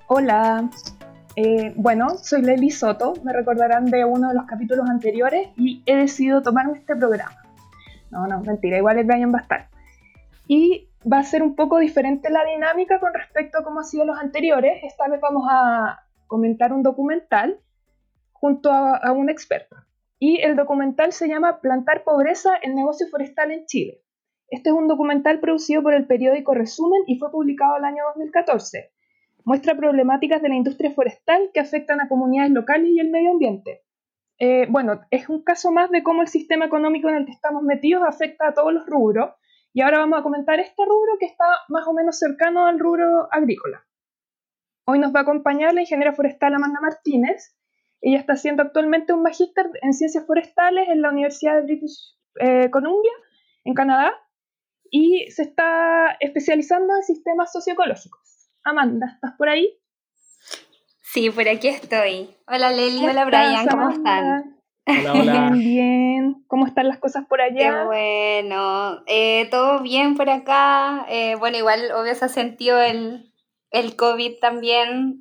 Hola, bueno, soy Lely Soto, me recordarán de uno de los capítulos anteriores y he decidido tomarme este programa. No, mentira, igual el Brian va a estar. Y va a ser un poco diferente la dinámica con respecto a cómo han sido los anteriores. Esta vez vamos a comentar un documental junto a un experto. Y el documental se llama Plantar pobreza, el negocio forestal en Chile. Este es un documental producido por el periódico Resumen y fue publicado el año 2014. Muestra problemáticas de la industria forestal que afectan a comunidades locales y el medio ambiente. Bueno, es un caso más de cómo el sistema económico en el que estamos metidos afecta a todos los rubros. Y ahora vamos a comentar este rubro que está más o menos cercano al rubro agrícola. Hoy nos va a acompañar la ingeniera forestal Amanda Martínez. Ella está haciendo actualmente un magíster en ciencias forestales en la Universidad de British Columbia, en Canadá, y se está especializando en sistemas socioecológicos. Amanda, ¿estás por ahí? Sí, por aquí estoy. Hola Lely, ¿Cómo hola estás, Brian, ¿cómo Amanda? están? Hola. Bien. ¿Cómo están las cosas por Qué allá? bueno. Todo bien por acá. Bueno, igual obvio se ha sentido el COVID también.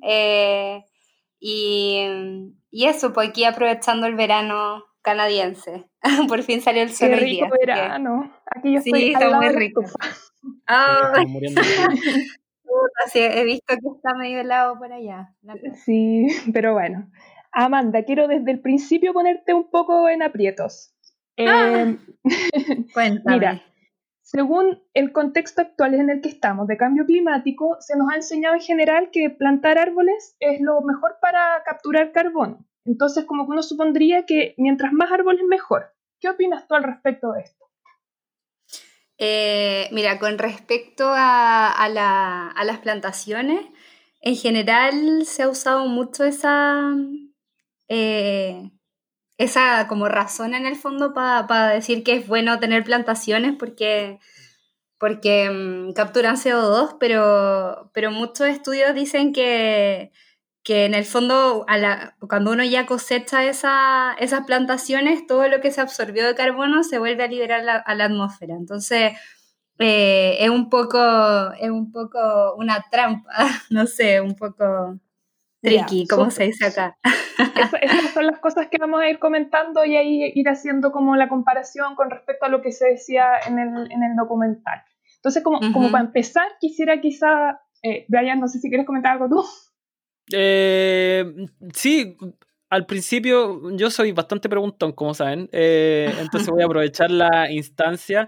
Y eso, pues aquí aprovechando el verano canadiense. Por fin salió el sol Qué hoy rico día, así que verano. Aquí yo estoy sí, al está lado muy de la rico. estufa. Sí, Ah, estamos muriendo de frío. sí, he visto que está medio helado por allá, la cosa. Sí, pero bueno. Amanda, quiero desde el principio ponerte un poco en aprietos. Ah, Eh, cuéntame. Mira, según el contexto actual en el que estamos de cambio climático, se nos ha enseñado en general que plantar árboles es lo mejor para capturar carbono. Entonces, como que uno supondría que mientras más árboles, mejor. ¿Qué opinas tú al respecto de esto? Mira, con respecto a las plantaciones, en general se ha usado mucho eh, esa como razón en el fondo para decir que es bueno tener plantaciones porque capturan CO2, pero muchos estudios dicen que en el fondo, cuando uno ya cosecha esas plantaciones, todo lo que se absorbió de carbono se vuelve a liberar a la atmósfera. Entonces, es un poco una trampa, no sé, un poco Ya, tricky, como se dice acá. Esas son las cosas que vamos a ir comentando y ahí ir haciendo como la comparación con respecto a lo que se decía en el documental. Entonces, como para Ujú. empezar, quisiera quizá, Brian, no sé si quieres comentar algo tú. Eh, sí, al principio yo soy bastante preguntón, como saben. Entonces voy a aprovechar la instancia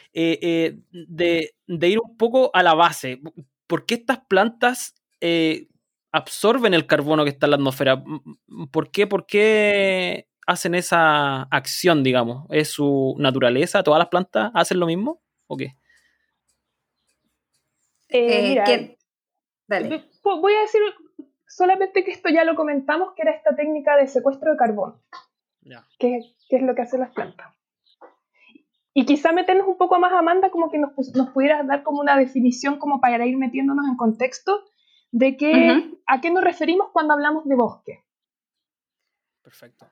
de ir un poco a la base. ¿Por qué estas plantas absorben el carbono que está en la atmósfera? ¿Por qué hacen esa acción, digamos? ¿Es su naturaleza? ¿Todas las plantas hacen lo mismo? ¿O qué? Mira, Dale. voy a decir solamente que esto ya lo comentamos, que era esta técnica de secuestro de carbono, Ya. que es lo que hacen las plantas. Y quizá meternos un poco más, Amanda, como que nos pudieras dar como una definición como para ir metiéndonos en contexto de Ujú. a qué nos referimos cuando hablamos de bosque. Perfecto.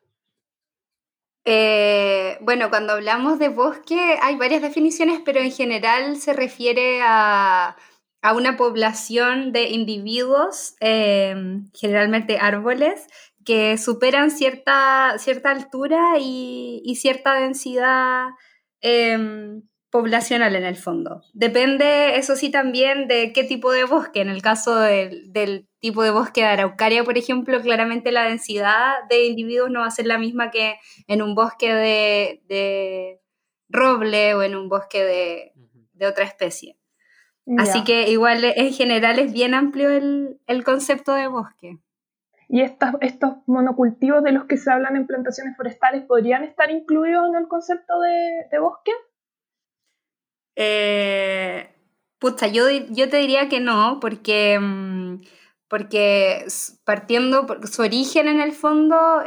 Bueno, cuando hablamos de bosque hay varias definiciones, pero en general se refiere a una población de individuos, generalmente árboles, que superan cierta altura y cierta densidad poblacional en el fondo. Depende, eso sí, también de qué tipo de bosque. En el caso del tipo de bosque de Araucaria, por ejemplo, claramente la densidad de individuos no va a ser la misma que en un bosque de roble o en un bosque de otra especie. Así Ya. que igual en general es bien amplio el concepto de bosque. ¿Y estos monocultivos de los que se hablan en plantaciones forestales podrían estar incluidos en el concepto de bosque? Eh, Pucha, yo te diría que no, porque partiendo por su origen en el fondo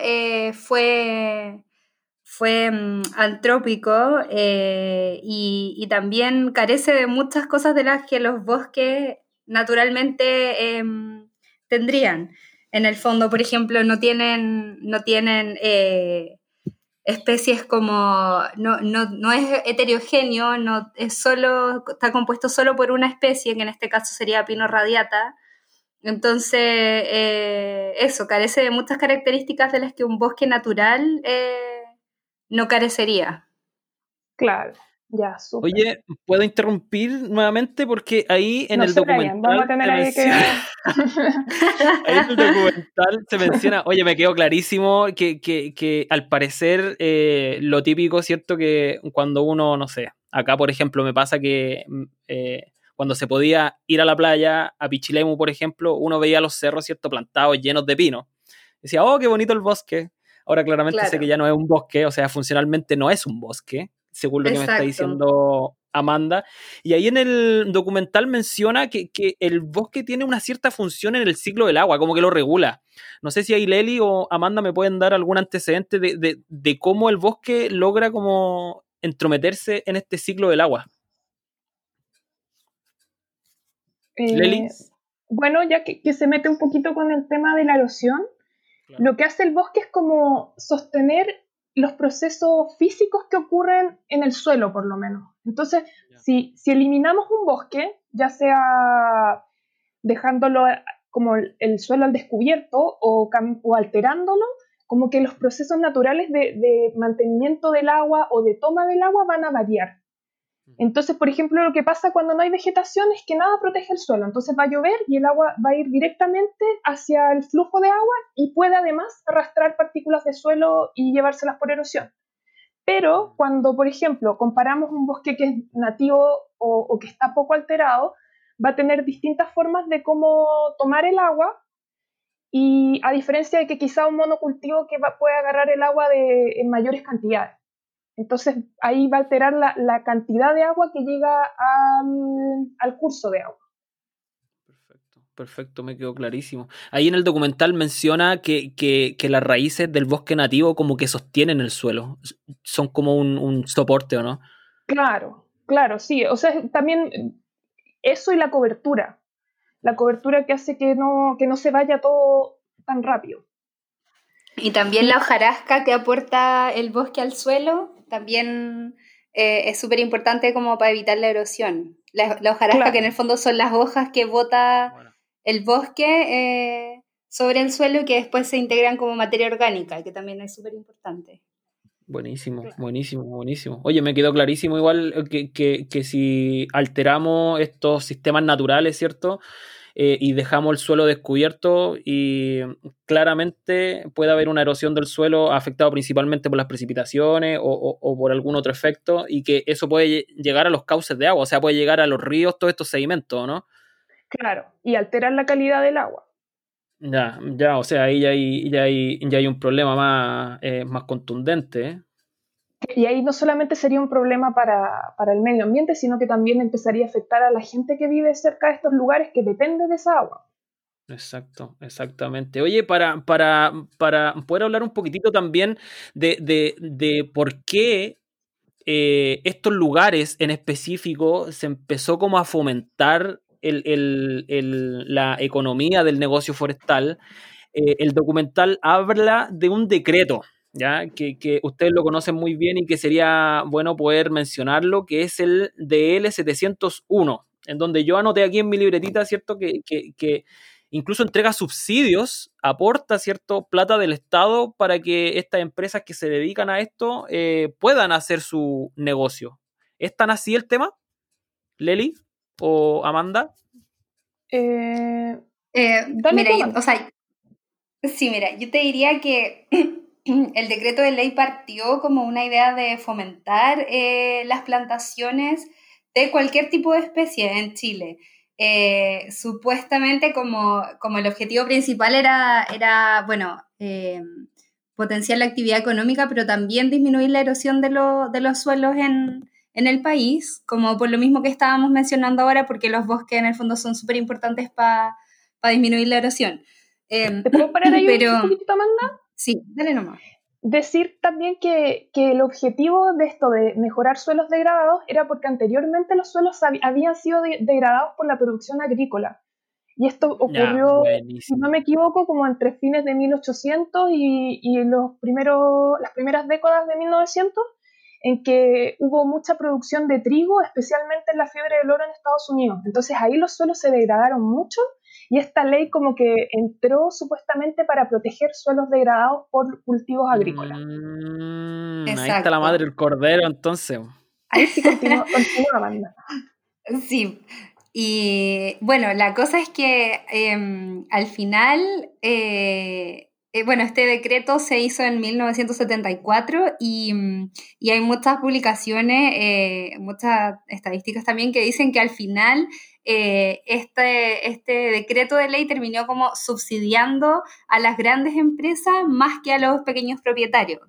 fue antrópico y también carece de muchas cosas de las que los bosques naturalmente tendrían. En el fondo, por ejemplo, no tienen especies como, no es heterogéneo, está compuesto solo por una especie, que en este caso sería Pino radiata, Entonces, eso, carece de muchas características de las que un bosque natural no carecería. Claro, ya, súper. Oye, ¿puedo interrumpir nuevamente? Porque ahí en No el sé, Brian, vamos documental a tener se ahí que... menciona, ahí en el documental se menciona, oye, me quedó clarísimo que al parecer lo típico, ¿cierto? Que cuando uno, no sé, acá por ejemplo me pasa que cuando se podía ir a la playa, a Pichilemu, por ejemplo, uno veía los cerros, ¿cierto? Plantados, llenos de pino. Decía, oh, qué bonito el bosque. Ahora claramente sé que Claro, ya no es un bosque, o sea, funcionalmente no es un bosque, según lo que me está exacto. diciendo Amanda. Y ahí en el documental menciona que el bosque tiene una cierta función en el ciclo del agua, como que lo regula. No sé si ahí Leli o Amanda me pueden dar algún antecedente de cómo el bosque logra como entrometerse en este ciclo del agua. Leli. Eh, bueno, ya que se mete un poquito con el tema de la erosión, Claro. lo que hace el bosque es como sostener los procesos físicos que ocurren en el suelo, por lo menos. Entonces, Ya. si eliminamos un bosque, ya sea dejándolo como el suelo al descubierto o alterándolo, como que los procesos naturales de mantenimiento del agua o de toma del agua van a variar. Entonces, por ejemplo, lo que pasa cuando no hay vegetación es que nada protege el suelo. Entonces va a llover y el agua va a ir directamente hacia el flujo de agua y puede además arrastrar partículas de suelo y llevárselas por erosión. Pero cuando, por ejemplo, comparamos un bosque que es nativo o que está poco alterado, va a tener distintas formas de cómo tomar el agua y a diferencia de que quizá un monocultivo que puede agarrar el agua en mayores cantidades. Entonces ahí va a alterar la cantidad de agua que llega al curso de agua. Perfecto, perfecto, me quedó clarísimo. Ahí en el documental menciona que las raíces del bosque nativo como que sostienen el suelo, son como un soporte, ¿o no? Claro, claro, sí. O sea, también eso y la cobertura que hace que no se vaya todo tan rápido. Y también Y la hojarasca que aporta el bosque al suelo, también es súper importante como para evitar la erosión. La hojarasca que en claro, el fondo son las hojas que bota Bueno. el bosque sobre el suelo y que después se integran como materia orgánica, que también es súper importante. Buenísimo, claro. buenísimo, buenísimo. Oye, me quedó clarísimo igual que si alteramos estos sistemas naturales, ¿cierto? Y dejamos el suelo descubierto y claramente puede haber una erosión del suelo afectado principalmente por las precipitaciones o por algún otro efecto y que eso puede llegar a los cauces de agua, o sea, puede llegar a los ríos, todos estos sedimentos, ¿no? Claro, y alterar la calidad del agua. Ya, ya, o sea, ahí ya hay un problema más contundente, ¿eh? Y ahí no solamente sería un problema para el medio ambiente, sino que también empezaría a afectar a la gente que vive cerca de estos lugares que depende de esa agua. Exacto, exactamente. Oye, para poder hablar un poquitito también de por qué estos lugares en específico se empezó como a fomentar la economía del negocio forestal. El documental habla de un decreto, ¿ya? Que ustedes lo conocen muy bien y que sería bueno poder mencionarlo, que es el DL 701, en donde yo anoté aquí en mi libretita, ¿cierto? Que incluso entrega subsidios, aporta, ¿cierto? Plata del Estado para que estas empresas que se dedican a esto puedan hacer su negocio. ¿Es tan así el tema, Leli o Amanda? Eh, Dale Mira, tú, Amanda. o sea, sí, mira, yo te diría que el decreto de ley partió como una idea de fomentar las plantaciones de cualquier tipo de especie en Chile. Supuestamente como el objetivo principal era bueno, potenciar la actividad económica, pero también disminuir la erosión de los suelos en el país, como por lo mismo que estábamos mencionando ahora, porque los bosques en el fondo son súper importantes para disminuir la erosión. ¿Te puedo parar ahí un Pero poquitito, Amanda? sí, dale nomás. Decir también que el objetivo de esto de mejorar suelos degradados era porque anteriormente los suelos habían sido degradados por la producción agrícola. Y esto Ya, ocurrió, si no buenísimo. me equivoco, como entre fines de 1800 y las primeras décadas de 1900, en que hubo mucha producción de trigo, especialmente en la fiebre del oro en Estados Unidos. Entonces ahí los suelos se degradaron mucho y esta ley como que entró supuestamente para proteger suelos degradados por cultivos agrícolas. Ahí está la madre del cordero, entonces. Ahí sí continúa Amanda. Sí, y bueno, la cosa es que al final, bueno, este decreto se hizo en 1974 y hay muchas publicaciones, muchas estadísticas también que dicen que al final este decreto de ley terminó como subsidiando a las grandes empresas más que a los pequeños propietarios.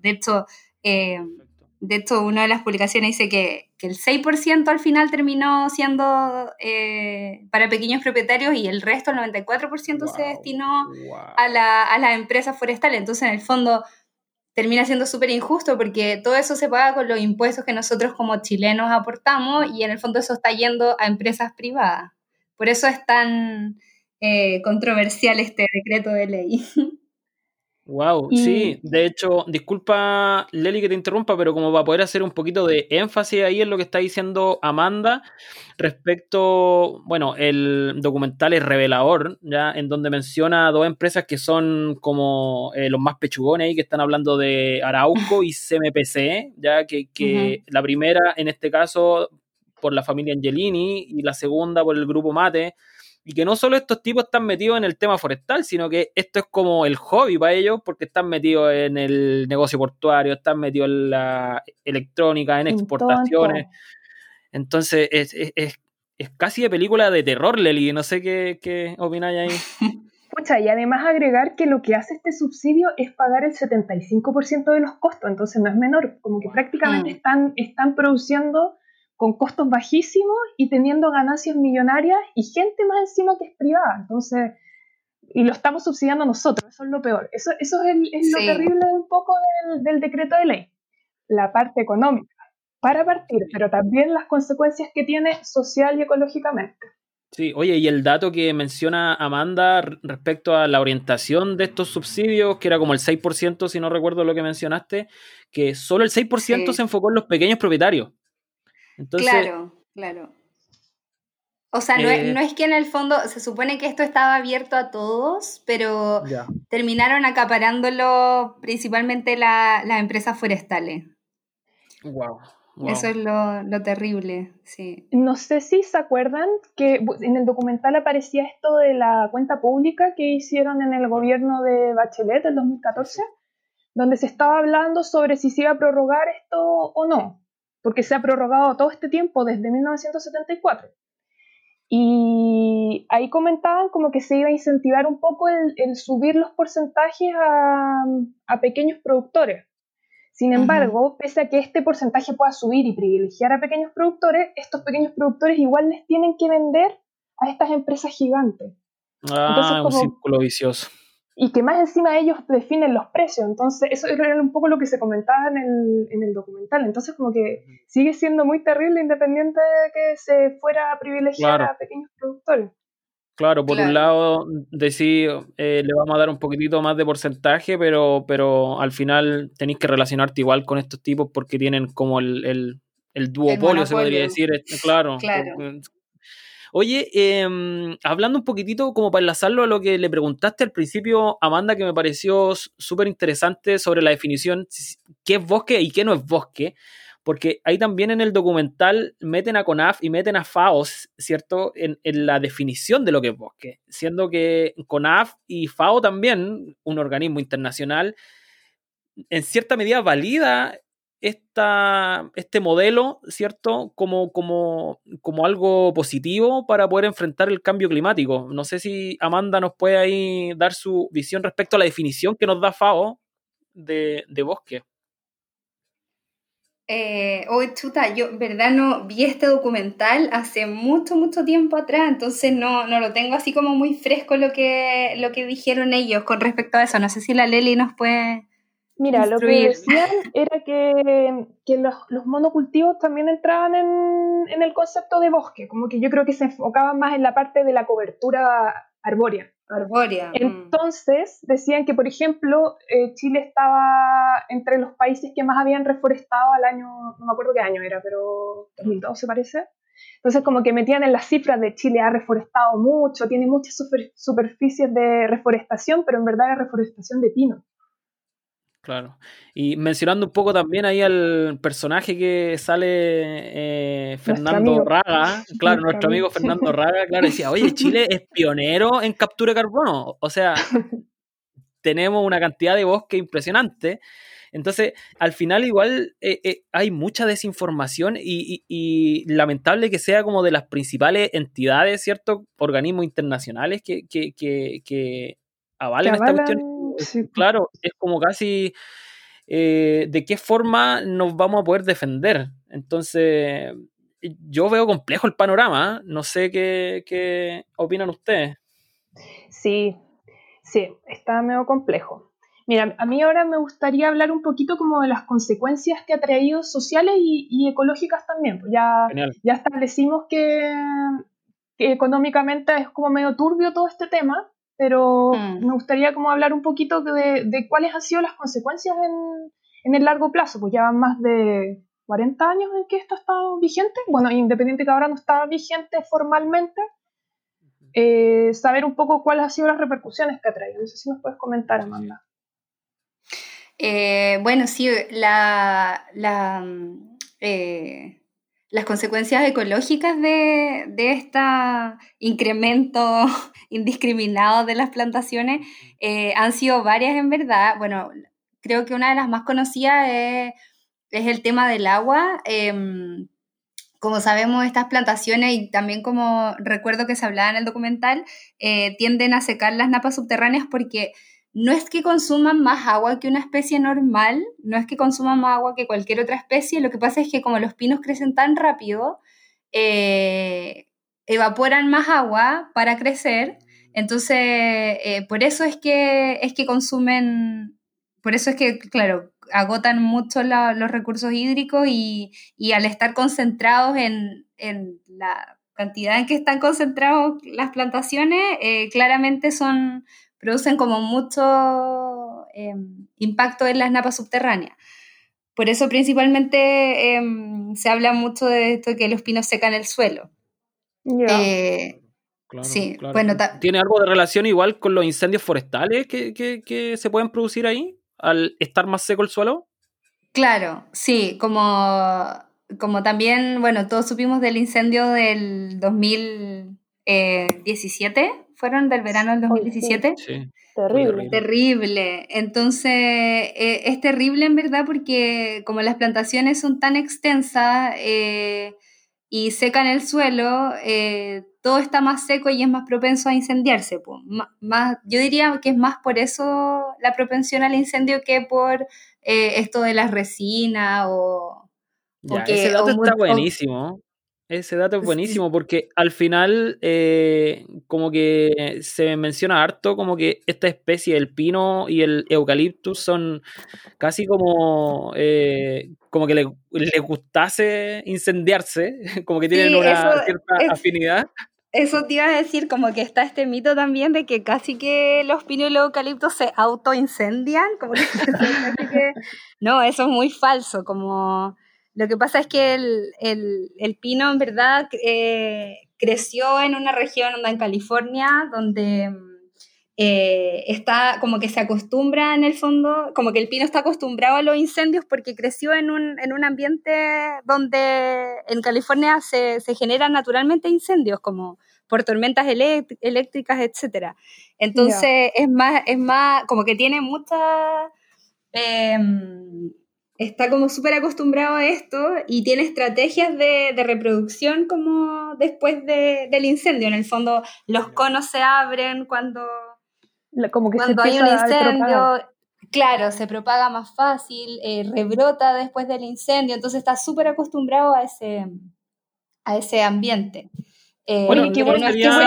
De hecho, una de las publicaciones dice que el 6% al final terminó siendo para pequeños propietarios y el resto, el 94%, se destinó a las empresas forestales. Entonces, en el fondo, termina siendo súper injusto porque todo eso se paga con los impuestos que nosotros como chilenos aportamos y en el fondo eso está yendo a empresas privadas. Por eso es tan controversial este decreto de ley. Wow, sí, de hecho, disculpa Leli que te interrumpa, pero como para poder hacer un poquito de énfasis ahí en lo que está diciendo Amanda respecto, bueno, el documental es revelador, ya, en donde menciona dos empresas que son como los más pechugones ahí, que están hablando de Arauco y CMPC, ya que la primera, en este caso, por la familia Angelini y la segunda por el grupo Mate. Y que no solo estos tipos están metidos en el tema forestal, sino que esto es como el hobby para ellos, porque están metidos en el negocio portuario, están metidos en la electrónica, en exportaciones. Entonces es casi de película de terror, Leli. No sé qué opináis ahí. Pucha, y además agregar que lo que hace este subsidio es pagar el 75% de los costos, entonces no es menor, como que prácticamente están produciendo con costos bajísimos y teniendo ganancias millonarias y gente más encima que es privada, entonces, y lo estamos subsidiando nosotros, eso es lo peor. Eso es lo terrible un poco del decreto de ley, la parte económica, para partir, pero también las consecuencias que tiene social y ecológicamente. Sí, oye, y el dato que menciona Amanda respecto a la orientación de estos subsidios, que era como el 6%, si no recuerdo lo que mencionaste, que solo el 6% se enfocó en los pequeños propietarios. Entonces, claro. O sea, no es que en el fondo se supone que esto estaba abierto a todos, pero terminaron acaparándolo principalmente las empresas forestales. Wow. Eso es lo terrible, sí. No sé si se acuerdan que en el documental aparecía esto de la cuenta pública que hicieron en el gobierno de Bachelet en 2014, donde se estaba hablando sobre si se iba a prorrogar esto o no, porque se ha prorrogado todo este tiempo desde 1974. Y ahí comentaban como que se iba a incentivar un poco el subir los porcentajes a pequeños productores. Sin embargo, pese a que este porcentaje pueda subir y privilegiar a pequeños productores, estos pequeños productores igual les tienen que vender a estas empresas gigantes. Entonces, como, un círculo vicioso. Y que más encima ellos definen los precios. Entonces, eso era un poco lo que se comentaba en el documental. Entonces, como que sigue siendo muy terrible independiente de que se fuera a privilegiar a pequeños productores. Claro, por un lado decir le vamos a dar un poquitito más de porcentaje, pero al final tenéis que relacionarte igual con estos tipos porque tienen como el duopolio, se podría decir. Claro. Oye, hablando un poquitito como para enlazarlo a lo que le preguntaste al principio, Amanda, que me pareció súper interesante sobre la definición, qué es bosque y qué no es bosque. Porque ahí también en el documental meten a CONAF y meten a FAO, ¿cierto?, en la definición de lo que es bosque, siendo que CONAF y FAO también, un organismo internacional, en cierta medida valida este modelo, ¿cierto?, como algo positivo para poder enfrentar el cambio climático. No sé si Amanda nos puede ahí dar su visión respecto a la definición que nos da FAO de bosque. Chuta, yo verdad no vi este documental hace mucho tiempo atrás, entonces no lo tengo así como muy fresco lo que dijeron ellos con respecto a eso. No sé si la Leli nos puede Mira, instruir. Lo que decían era que los monocultivos también entraban en el concepto de bosque, como que yo creo que se enfocaban más en la parte de la cobertura arbórea. Entonces decían que, por ejemplo, Chile estaba entre los países que más habían reforestado al año, no me acuerdo qué año era, pero 2012 parece. Entonces como que metían en las cifras de Chile ha reforestado mucho, tiene muchas superficies de reforestación, pero en verdad es reforestación de pino. Claro. Y mencionando un poco también ahí al personaje que sale Fernando Raga, claro, nuestro amigo Fernando Raga, claro, decía, oye, Chile es pionero en captura de carbono, o sea, tenemos una cantidad de bosque impresionante. Entonces, al final igual hay mucha desinformación y lamentable que sea como de las principales entidades, ¿cierto? Organismos internacionales que avalen esta cuestión. Sí. Claro, es como casi de qué forma nos vamos a poder defender. Entonces, yo veo complejo el panorama, ¿eh? No sé qué opinan ustedes. Sí, está medio complejo. Mira, a mí ahora me gustaría hablar un poquito como de las consecuencias que ha traído sociales y ecológicas también. Pues ya establecimos que económicamente es como medio turbio todo este tema, pero me gustaría como hablar un poquito de cuáles han sido las consecuencias en el largo plazo. Pues ya van más de 40 años en que esto ha estado vigente. Bueno, independiente que ahora no está vigente formalmente, saber un poco cuáles han sido las repercusiones que ha traído. No sé si nos puedes comentar, Amanda. Bueno, sí, las consecuencias ecológicas de este incremento indiscriminado de las plantaciones han sido varias en verdad. Bueno, creo que una de las más conocidas es el tema del agua. Como sabemos, estas plantaciones, y también como recuerdo que se hablaba en el documental, tienden a secar las napas subterráneas porque no es que consuman más agua que una especie normal, no es que consuman más agua que cualquier otra especie, lo que pasa es que como los pinos crecen tan rápido, evaporan más agua para crecer, entonces por eso es que consumen, por eso es que, claro, agotan mucho los recursos hídricos y al estar concentrados en la cantidad en que están concentrados las plantaciones, claramente producen como mucho impacto en las napas subterráneas. Por eso principalmente se habla mucho de esto que los pinos secan el suelo. Claro, sí, claro. Bueno, ¿Tiene algo de relación igual con los incendios forestales que se pueden producir ahí al estar más seco el suelo? Claro, sí, como también, bueno, todos supimos del incendio del 2017, ¿fueron del verano del 2017? Sí, terrible. Terrible. Entonces, es terrible en verdad porque como las plantaciones son tan extensas y secan el suelo, todo está más seco y es más propenso a incendiarse. Pues. Yo diría que es más por eso la propensión al incendio que por esto de las resinas Ya, ese dato está buenísimo. Ese dato es buenísimo porque al final como que se menciona harto como que esta especie, el pino y el eucaliptus, son casi como que les gustase incendiarse, como que tienen una cierta afinidad. Eso te iba a decir, como que está este mito también de que casi que los pinos y los eucaliptos se autoincendian, como que casi que... No, eso es muy falso, como... Lo que pasa es que el pino en verdad creció en una región, en California, donde está como que se acostumbra en el fondo, como que el pino está acostumbrado a los incendios porque creció en un ambiente donde en California se generan naturalmente incendios, como por tormentas eléctricas, etc. Entonces es más, como que tiene mucha... está como súper acostumbrado a esto y tiene estrategias de reproducción como después del incendio. En el fondo, los conos se abren cuando hay un incendio. Claro, se propaga más fácil, rebrota después del incendio, entonces está súper acostumbrado a ese ambiente. Oye, qué bueno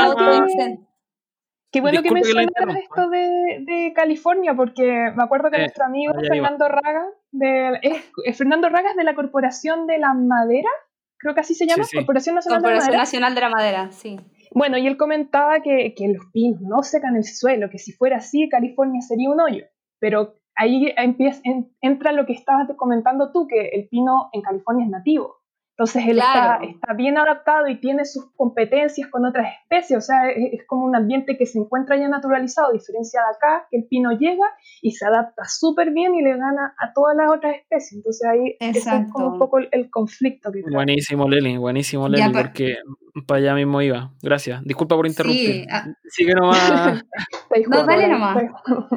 que mencionas esto de California, porque me acuerdo que nuestro amigo Fernando Raga, Fernando Raga es de la Corporación de la Madera, creo que así se llama, sí. Corporación Nacional de la Madera. Nacional de la Madera, sí. Bueno, y él comentaba que los pinos no secan el suelo, que si fuera así, California sería un hoyo. Pero ahí entra lo que estabas comentando tú, que el pino en California es nativo. Entonces él está bien adaptado y tiene sus competencias con otras especies, o sea, es como un ambiente que se encuentra ya naturalizado, a diferencia de acá, que el pino llega y se adapta súper bien y le gana a todas las otras especies. Entonces ahí ese es como un poco el conflicto que trae. Buenísimo, Leli, porque para allá mismo iba. Gracias. Disculpa por interrumpir. Sigue nomás. No, dale nomás.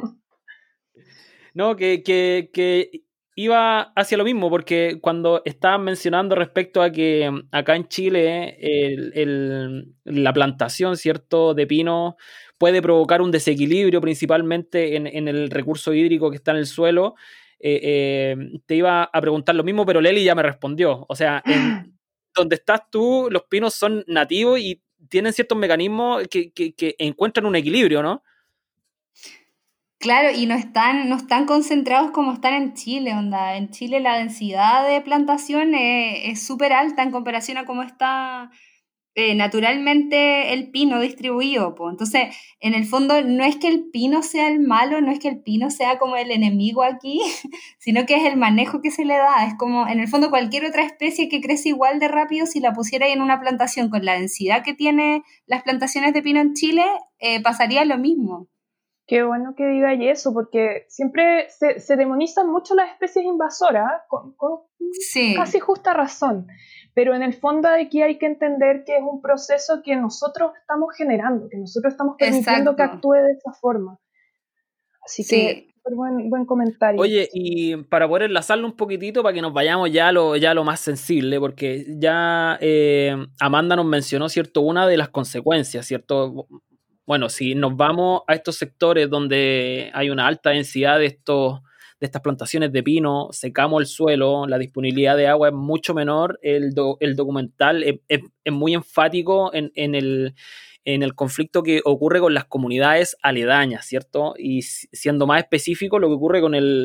No, que iba hacia lo mismo, porque cuando estaban mencionando respecto a que acá en Chile la plantación, ¿cierto?, de pino puede provocar un desequilibrio principalmente en el recurso hídrico que está en el suelo, te iba a preguntar lo mismo, pero Leli ya me respondió. O sea, en donde estás tú, los pinos son nativos y tienen ciertos mecanismos que encuentran un equilibrio, ¿no? Claro, y no están concentrados como están en Chile, onda. En Chile la densidad de plantación es súper alta en comparación a cómo está naturalmente el pino distribuido, po. Entonces, en el fondo, no es que el pino sea el malo, no es que el pino sea como el enemigo aquí, sino que es el manejo que se le da. Es como, en el fondo, cualquier otra especie que crece igual de rápido, si la pusiera ahí en una plantación con la densidad que tiene las plantaciones de pino en Chile, pasaría lo mismo. Qué bueno que digáis eso, porque siempre se demonizan mucho las especies invasoras, con sí, casi justa razón. Pero en el fondo aquí hay que entender que es un proceso que nosotros estamos generando, que nosotros estamos permitiendo que actúe de esa forma. Así que, súper buen comentario. Oye, y para poder enlazarlo un poquitito, para que nos vayamos ya a lo más sensible, porque ya Amanda nos mencionó, ¿cierto?, una de las consecuencias, ¿cierto? Bueno, si nos vamos a estos sectores donde hay una alta densidad de estas plantaciones de pino, secamos el suelo, la disponibilidad de agua es mucho menor, el documental es muy enfático en el conflicto que ocurre con las comunidades aledañas, ¿cierto? Y siendo más específico, lo que ocurre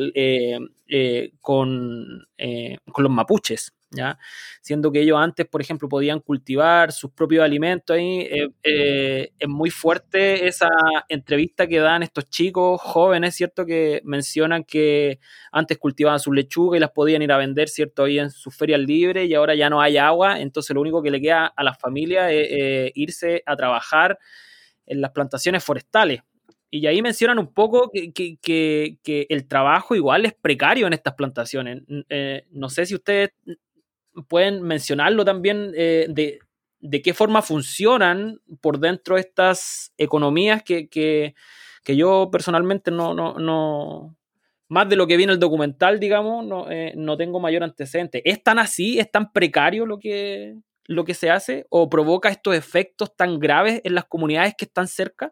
con los mapuches, ¿ya? Siendo que ellos antes, por ejemplo, podían cultivar sus propios alimentos ahí. Es muy fuerte esa entrevista que dan estos chicos jóvenes, ¿cierto? Que mencionan que antes cultivaban sus lechugas y las podían ir a vender, ¿cierto? Ahí en sus ferias libres, y ahora ya no hay agua, entonces lo único que le queda a las familias es irse a trabajar en las plantaciones forestales. Y ahí mencionan un poco que el trabajo igual es precario en estas plantaciones. No sé si ustedes pueden mencionarlo también, de qué forma funcionan por dentro estas economías que yo personalmente no más de lo que viene el documental, digamos, no tengo mayor antecedente. ¿Es tan así, es tan precario lo que se hace, o provoca estos efectos tan graves en las comunidades que están cerca?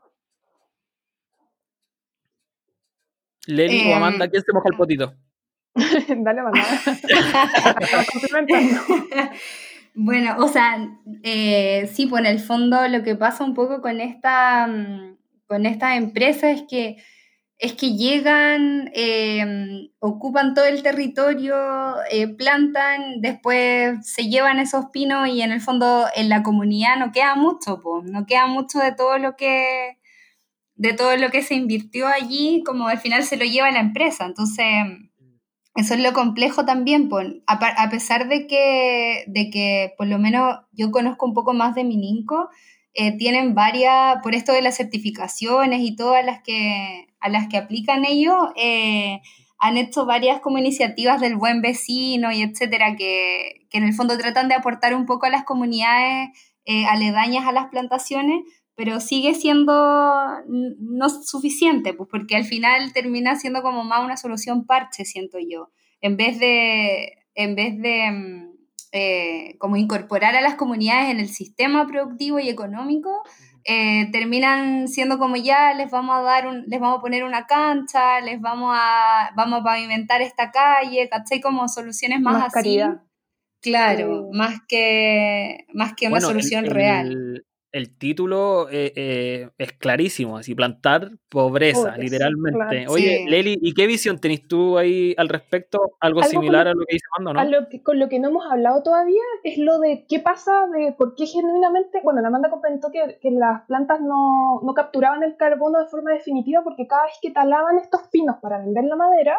Leli o Amanda, ¿quién se moja el potito? Dale, Amanda. Complementando. Bueno, o sea, sí, pues en el fondo lo que pasa un poco con estas empresas es que llegan, ocupan todo el territorio, plantan, después se llevan esos pinos y en el fondo en la comunidad no queda mucho, pues, no queda mucho de todo lo que se invirtió allí, como al final se lo lleva la empresa. Entonces, eso es lo complejo también, pues, a pesar de que por lo menos yo conozco un poco más de Mininco, tienen varias, por esto de las certificaciones y todas a las que aplican ellos, han hecho varias como iniciativas del buen vecino y etcétera, que en el fondo tratan de aportar un poco a las comunidades aledañas a las plantaciones, pero sigue siendo no suficiente, pues porque al final termina siendo como más una solución parche, siento yo, en vez de como incorporar a las comunidades en el sistema productivo y económico, terminan siendo como ya les vamos a poner una cancha, les vamos a pavimentar esta calle, ¿cachai? Como soluciones más así. Caridad. Claro, más que una solución real. El título es clarísimo, así, plantar pobreza, literalmente. Claro. Oye, sí. Leli, ¿y qué visión tenés tú ahí al respecto? ¿Algo similar a lo que dice Amanda, no? Con lo que no hemos hablado todavía es lo de qué pasa, de por qué genuinamente, bueno, la Amanda comentó que las plantas no capturaban el carbono de forma definitiva porque cada vez que talaban estos pinos para vender la madera,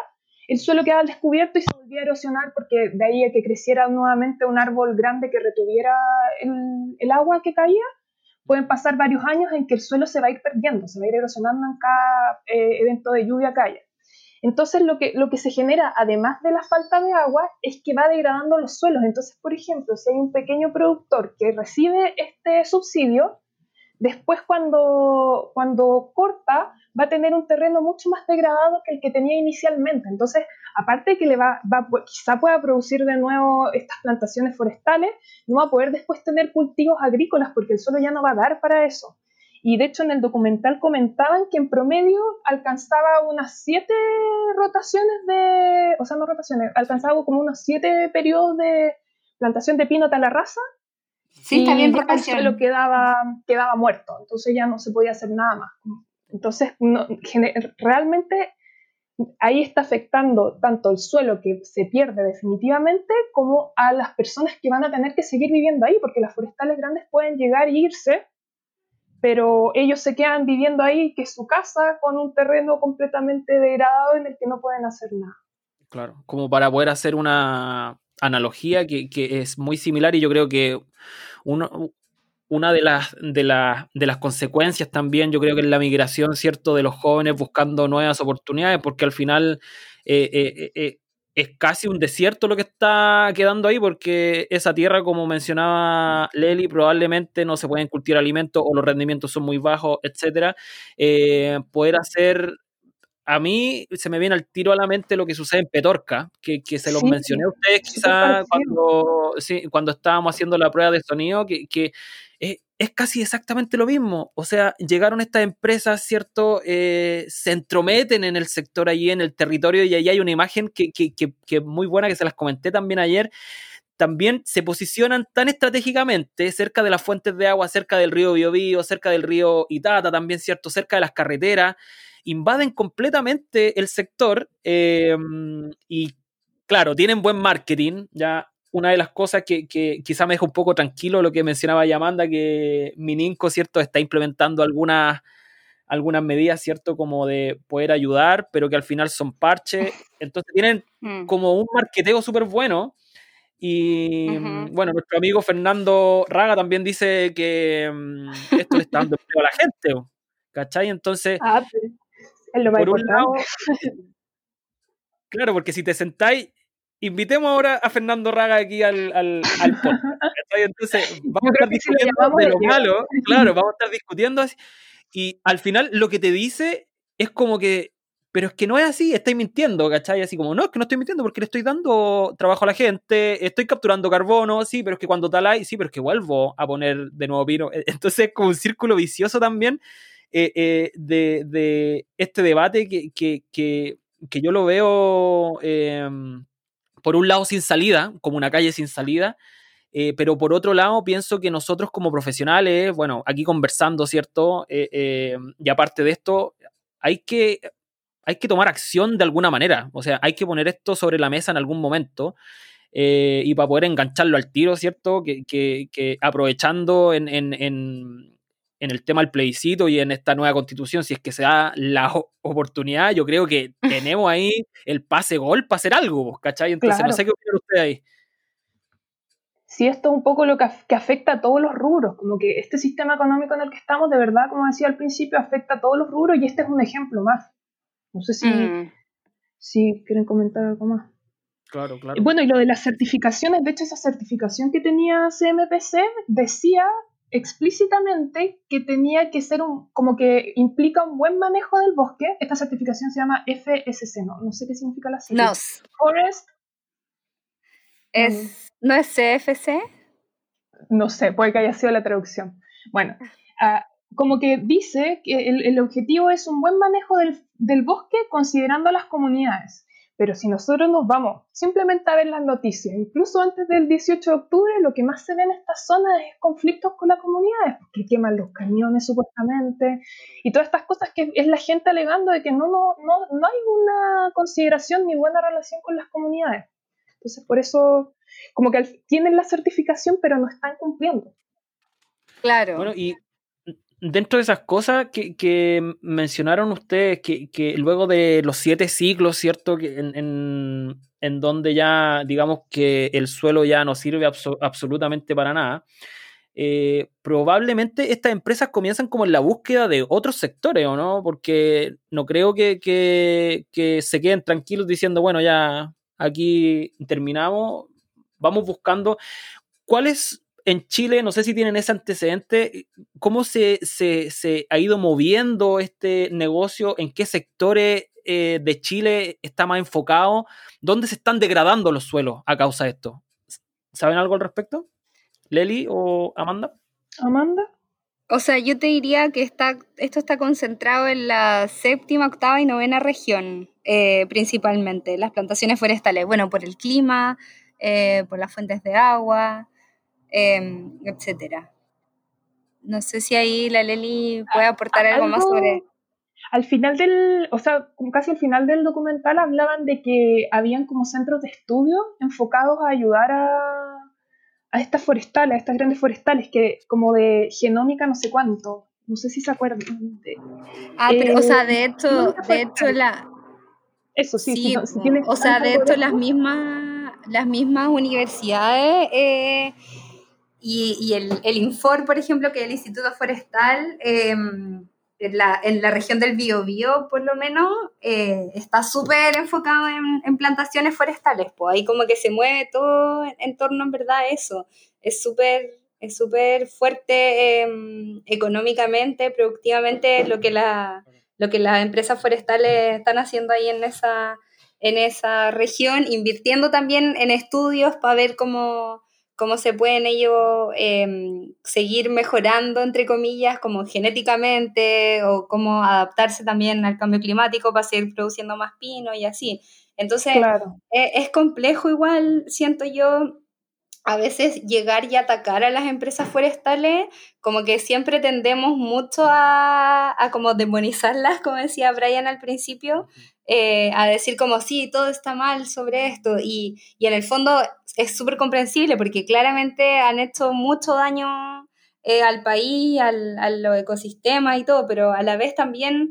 el suelo quedaba al descubierto y se volvía a erosionar, porque de ahí a que creciera nuevamente un árbol grande que retuviera el agua que caía, pueden pasar varios años en que el suelo se va a ir perdiendo, se va a ir erosionando en cada evento de lluvia que haya. Entonces lo que se genera, además de la falta de agua, es que va degradando los suelos. Entonces, por ejemplo, si hay un pequeño productor que recibe este subsidio, después cuando corta va a tener un terreno mucho más degradado que el que tenía inicialmente. Entonces, aparte de que quizá pueda producir de nuevo estas plantaciones forestales, no va a poder después tener cultivos agrícolas porque el suelo ya no va a dar para eso. Y de hecho en el documental comentaban que en promedio alcanzaba unas 7 rotaciones o sea, no rotaciones, alcanzaba como unos 7 periodos de plantación de pino talarraza. Sí, está bien y por ya el suelo quedaba muerto, entonces ya no se podía hacer nada más. Entonces, realmente ahí está afectando tanto el suelo que se pierde definitivamente como a las personas que van a tener que seguir viviendo ahí, porque las forestales grandes pueden llegar e irse, pero ellos se quedan viviendo ahí, que es su casa, con un terreno completamente degradado en el que no pueden hacer nada. Claro, como para poder hacer una analogía que es muy similar, y yo creo que una de las consecuencias también, yo creo que es la migración, ¿cierto?, de los jóvenes buscando nuevas oportunidades, porque al final es casi un desierto lo que está quedando ahí, porque esa tierra, como mencionaba Leli, probablemente no se pueden cultivar alimentos o los rendimientos son muy bajos, etcétera. Poder hacer, a mí se me viene al tiro a la mente lo que sucede en Petorca, que se los Sí, mencioné a ustedes súper quizá parecido. cuando estábamos haciendo la prueba de sonido, que es casi exactamente lo mismo. O sea, llegaron estas empresas, ¿cierto? Se entrometen en el sector allí, en el territorio, y ahí hay una imagen que es muy buena, que se las comenté también ayer. También se posicionan tan estratégicamente cerca de las fuentes de agua, cerca del río Biobío, cerca del río Itata también, ¿cierto? Cerca de las carreteras, invaden completamente el sector, y claro, tienen buen marketing. Ya una de las cosas que quizá me deja un poco tranquilo, lo que mencionaba Yamanda, que Mininco, ¿cierto?, está implementando algunas medidas, ¿cierto?, como de poder ayudar, pero que al final son parches. Entonces tienen como un marketeo súper bueno. Y bueno, nuestro amigo Fernando Raga también dice que esto le está dando empleo a la gente, ¿cachai? Entonces, Pero es lo más por un importante. lado, claro, porque si te sentáis, invitemos ahora a Fernando Raga aquí al podcast, ¿cachai? Entonces, vamos Yo a creo estar que si lo discutiendo llamamos, de él lo llega. malo, claro, vamos a estar discutiendo así, y al final lo que te dice es como que, pero es que no es así, estáis mintiendo, ¿cachai? Así como, no, es que no estoy mintiendo porque le estoy dando trabajo a la gente, estoy capturando carbono, sí, pero es que cuando taláis, sí, pero es que vuelvo a poner de nuevo pino. Entonces es como un círculo vicioso también, de este debate que yo lo veo, por un lado sin salida, como una calle sin salida, pero por otro lado pienso que nosotros como profesionales, bueno, aquí conversando, ¿cierto? Y aparte de esto, hay que, hay que tomar acción de alguna manera, o sea, hay que poner esto sobre la mesa en algún momento, y para poder engancharlo al tiro, ¿cierto? Que aprovechando en el tema del plebiscito y en esta nueva constitución, si es que se da la oportunidad, yo creo que tenemos ahí el pase gol para hacer algo, ¿cachai? Entonces, no sé Claro. qué opinan ustedes ahí. Sí, esto es un poco lo que afecta a todos los rubros, como que este sistema económico en el que estamos, de verdad, como decía al principio, afecta a todos los rubros y este es un ejemplo más. No sé si quieren comentar algo más. Claro, claro. Bueno, y lo de las certificaciones, de hecho esa certificación que tenía CMPC decía explícitamente que tenía que ser como que implica un buen manejo del bosque. Esta certificación se llama FSC, no sé qué significa la sigla. No, Forest. ¿no es CFC? No sé, puede que haya sido la traducción. Bueno, como que dice que el objetivo es un buen manejo del bosque considerando a las comunidades. Pero si nosotros nos vamos simplemente a ver las noticias, incluso antes del 18 de octubre, lo que más se ve en estas zonas es conflictos con las comunidades, porque queman los camiones supuestamente, y todas estas cosas que es la gente alegando de que no hay una consideración ni buena relación con las comunidades. Entonces, por eso, como que tienen la certificación, pero no están cumpliendo. Claro. Bueno, y dentro de esas cosas que mencionaron ustedes, que luego de los 7 ciclos, ¿cierto? Que en donde ya, digamos que el suelo ya no sirve absolutamente para nada, probablemente estas empresas comienzan como en la búsqueda de otros sectores, ¿o no? Porque no creo que se queden tranquilos diciendo, bueno, ya aquí terminamos, vamos buscando. ¿Cuáles en Chile, no sé si tienen ese antecedente, cómo se ha ido moviendo este negocio? ¿En qué sectores de Chile está más enfocado? ¿Dónde se están degradando los suelos a causa de esto? ¿Saben algo al respecto? ¿Leli o Amanda? Amanda. O sea, yo te diría que esto está concentrado en la 7ª, 8ª y 9ª región, principalmente, las plantaciones forestales. Bueno, por el clima, por las fuentes de agua, etcétera. No sé si ahí la Leli puede aportar algo más sobre... Al final o sea, como casi al final del documental hablaban de que habían como centros de estudio enfocados a ayudar a estas forestales, a estas grandes forestales, que como de genómica no sé cuánto, no sé si se acuerdan. Pero, o sea, de hecho Eso sí, sí, si tienes o sea, de algo hecho eso. las mismas universidades y el INFOR, por ejemplo, que es el Instituto Forestal, en la región del Biobío, por lo menos, está súper enfocado en plantaciones forestales, pues ahí como que se mueve todo en torno, en verdad, a eso. Es súper fuerte económicamente, productivamente, lo que las empresas forestales están haciendo ahí en esa región, invirtiendo también en estudios para ver cómo se pueden ellos seguir mejorando, entre comillas, como genéticamente, o cómo adaptarse también al cambio climático para seguir produciendo más pino y así. Entonces, Claro. es complejo igual, siento yo, a veces llegar y atacar a las empresas forestales, como que siempre tendemos mucho a como demonizarlas, como decía Brian al principio, a decir como sí, todo está mal sobre esto, y en el fondo es súper comprensible porque claramente han hecho mucho daño al país, a los ecosistemas y todo, pero a la vez también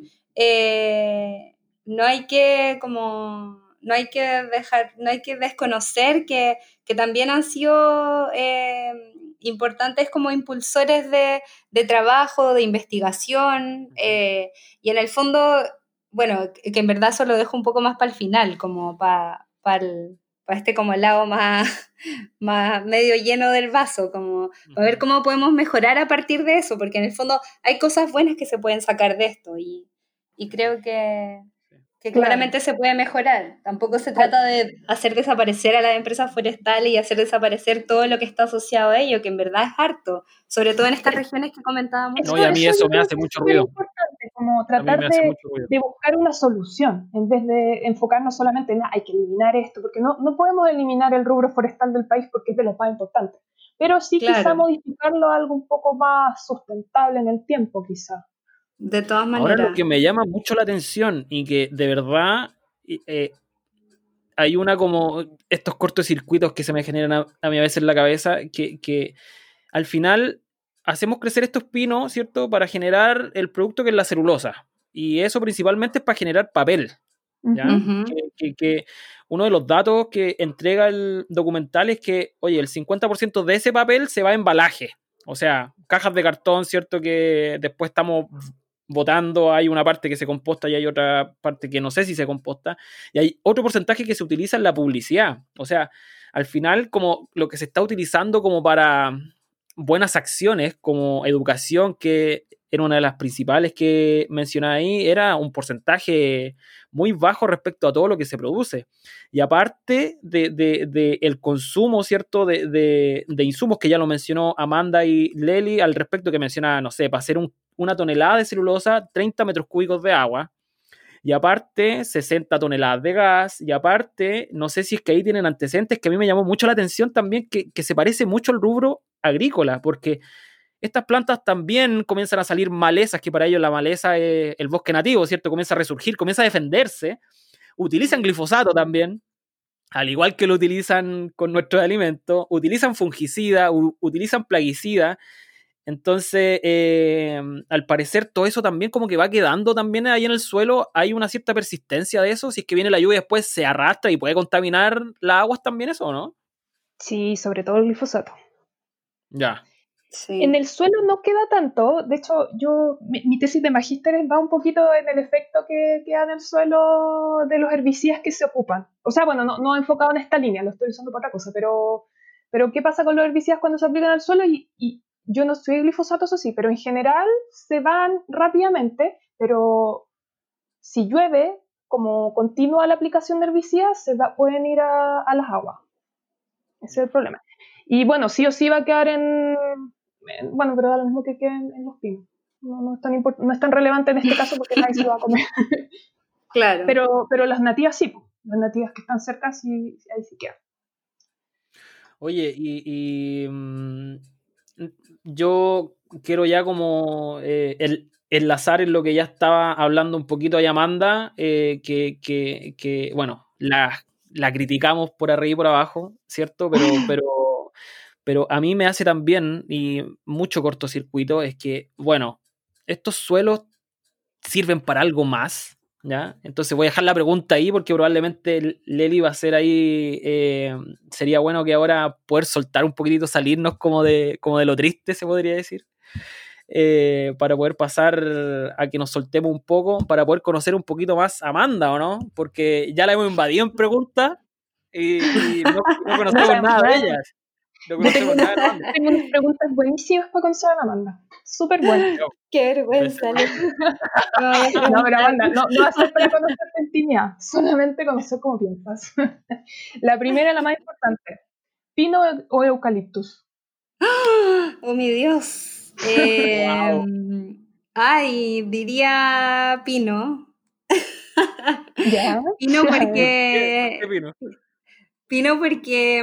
no hay que como... no hay que desconocer que también han sido importantes como impulsores de trabajo, de investigación, y en el fondo, bueno, que en verdad eso lo dejo un poco más para el final, como para este como lado más, más medio lleno del vaso, como para ver cómo podemos mejorar a partir de eso, porque en el fondo hay cosas buenas que se pueden sacar de esto, y creo que claramente se puede mejorar. Tampoco se trata de hacer desaparecer a las empresas forestales y hacer desaparecer todo lo que está asociado a ello, que en verdad es harto, sobre todo en estas regiones que comentábamos. No, y a mí eso me hace mucho ruido. Es importante, como tratar de buscar una solución, en vez de enfocarnos solamente en hay que eliminar esto, porque no podemos eliminar el rubro forestal del país porque es de los más importantes, pero sí quizá modificarlo a algo un poco más sustentable en el tiempo, quizá. De todas maneras. Ahora, lo que me llama mucho la atención y que de verdad hay como estos cortocircuitos que se me generan a mí a veces en la cabeza, que al final hacemos crecer estos pinos, ¿cierto? Para generar el producto que es la celulosa. Y eso principalmente es para generar papel. ¿Ya? Uh-huh. Que uno de los datos que entrega el documental es que, oye, el 50% de ese papel se va a embalaje. O sea, cajas de cartón, ¿cierto? Que después estamos botando, hay una parte que se composta y hay otra parte que no sé si se composta, y hay otro porcentaje que se utiliza en la publicidad. O sea, al final, como lo que se está utilizando como para buenas acciones, como educación, que era una de las principales que mencionaba ahí, era un porcentaje muy bajo respecto a todo lo que se produce. Y aparte de el consumo, ¿cierto?, de insumos, que ya lo mencionó Amanda y Leli al respecto, que menciona, no sé, para hacer una tonelada de celulosa, 30 metros cúbicos de agua, y aparte 60 toneladas de gas, y aparte, no sé si es que ahí tienen antecedentes, que a mí me llamó mucho la atención también, que se parece mucho al rubro agrícola, porque estas plantas también comienzan a salir malezas, que para ellos la maleza es el bosque nativo, ¿cierto? Comienza a resurgir, comienza a defenderse, utilizan glifosato también, al igual que lo utilizan con nuestros alimentos, utilizan fungicida, utilizan plaguicida, Entonces, al parecer todo eso también como que va quedando también ahí en el suelo. Hay una cierta persistencia de eso. Si es que viene la lluvia después se arrastra y puede contaminar las aguas también eso, ¿no? Sí, sobre todo el glifosato. Ya. Sí. En el suelo no queda tanto. De hecho, mi tesis de magíster va un poquito en el efecto que queda en el suelo de los herbicidas que se ocupan. O sea, bueno, no enfocado en esta línea, lo estoy usando para otra cosa, pero ¿qué pasa con los herbicidas cuando se aplican al suelo? Y yo no estoy glifosato, eso sí, pero en general se van rápidamente, pero si llueve, como continúa la aplicación de herbicidas, pueden ir a las aguas. Ese es el problema. Y bueno, sí o sí va a quedar bueno, pero da lo mismo que quede en los pinos. No es tan relevante en este caso porque nadie se lo va a comer. Claro. Pero las nativas sí, las nativas que están cerca sí, ahí sí quedan. Oye, yo quiero ya como enlazar en lo que ya estaba hablando un poquito ahí Amanda, que bueno, la criticamos por arriba y por abajo, ¿cierto? Pero a mí me hace también, y mucho cortocircuito, es que, bueno, estos suelos sirven para algo más, ¿ya? Entonces voy a dejar la pregunta ahí porque probablemente Leli va a ser ahí, sería bueno que ahora poder soltar un poquitito, salirnos como de lo triste, se podría decir, para poder pasar a que nos soltemos un poco, para poder conocer un poquito más a Amanda, ¿o no? Porque ya la hemos invadido en preguntas y no conocemos nada de ellas. No Yo tengo conocemos nada de Amanda. unas preguntas buenísimas para conocer a Amanda. Súper buenas. Qué vergüenza, Leli. No, pero Amanda, no va a ser para conocerte en intimidad, solamente conocer cómo piensas. La primera, la más importante. ¿Pino o eucaliptus? Oh, mi Dios. Wow. Ay, diría pino. Ya. Pino ¿Por qué? ¿Por porque... qué Pino? Pino porque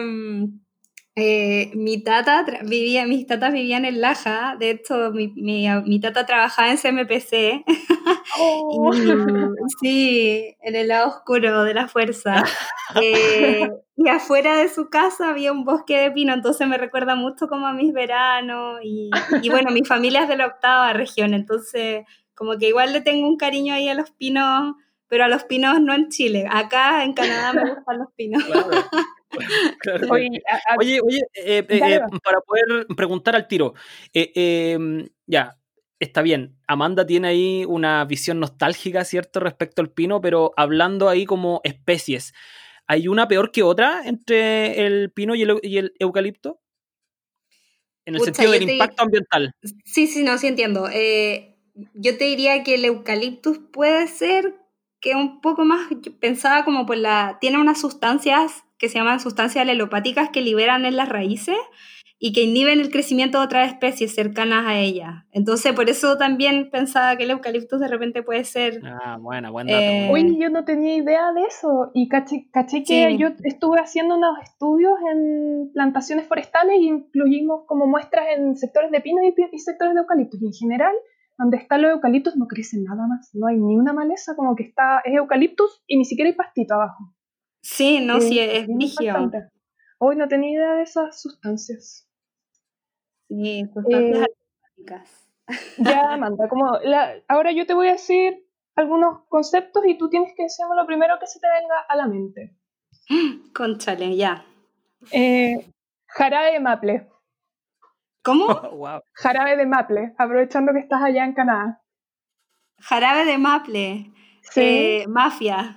mis tatas vivían en Laja. De hecho, mi tata trabajaba en CMPC. Oh. Sí, en el lado oscuro de la fuerza. Y afuera de su casa había un bosque de pino, entonces me recuerda mucho como a mis veranos. Y bueno, mi familia es de la 8ª región, entonces como que igual le tengo un cariño ahí a los pinos, pero a los pinos no en Chile. Acá en Canadá me gustan los pinos. Claro. Claro que Oye, sí. Oye, dale, va. para poder preguntar al tiro, ya, está bien, Amanda tiene ahí una visión nostálgica, ¿cierto?, respecto al pino, pero hablando ahí como especies, ¿hay una peor que otra entre el pino y el eucalipto? En el Pucha, sentido del impacto ambiental. Sí, no, sí entiendo. Yo te diría que el eucaliptus puede ser que un poco más, yo pensaba como por tiene unas sustancias que se llaman sustancias alelopáticas que liberan en las raíces y que inhiben el crecimiento de otras especies cercanas a ella. Entonces, por eso también pensaba que el eucaliptus de repente puede ser... Ah, bueno, buen dato. Oye, yo no tenía idea de eso y caché que Sí. yo estuve haciendo unos estudios en plantaciones forestales y incluimos como muestras en sectores de pino y sectores de eucaliptus. Y en general, donde están los eucaliptus no crece nada más, no hay ni una maleza, como que es eucaliptus y ni siquiera hay pastito abajo. Sí, no, sí, es Bien brígido. impactante. Hoy no tenía idea de esas sustancias. Sí, sustancias alelopáticas. Ya, Amanda, ahora yo te voy a decir algunos conceptos y tú tienes que decirme lo primero que se te venga a la mente. Cónchale, ya. Jarabe de maple. ¿Cómo? Wow. Jarabe de maple, aprovechando que estás allá en Canadá. Jarabe de maple. Sí. Mafia.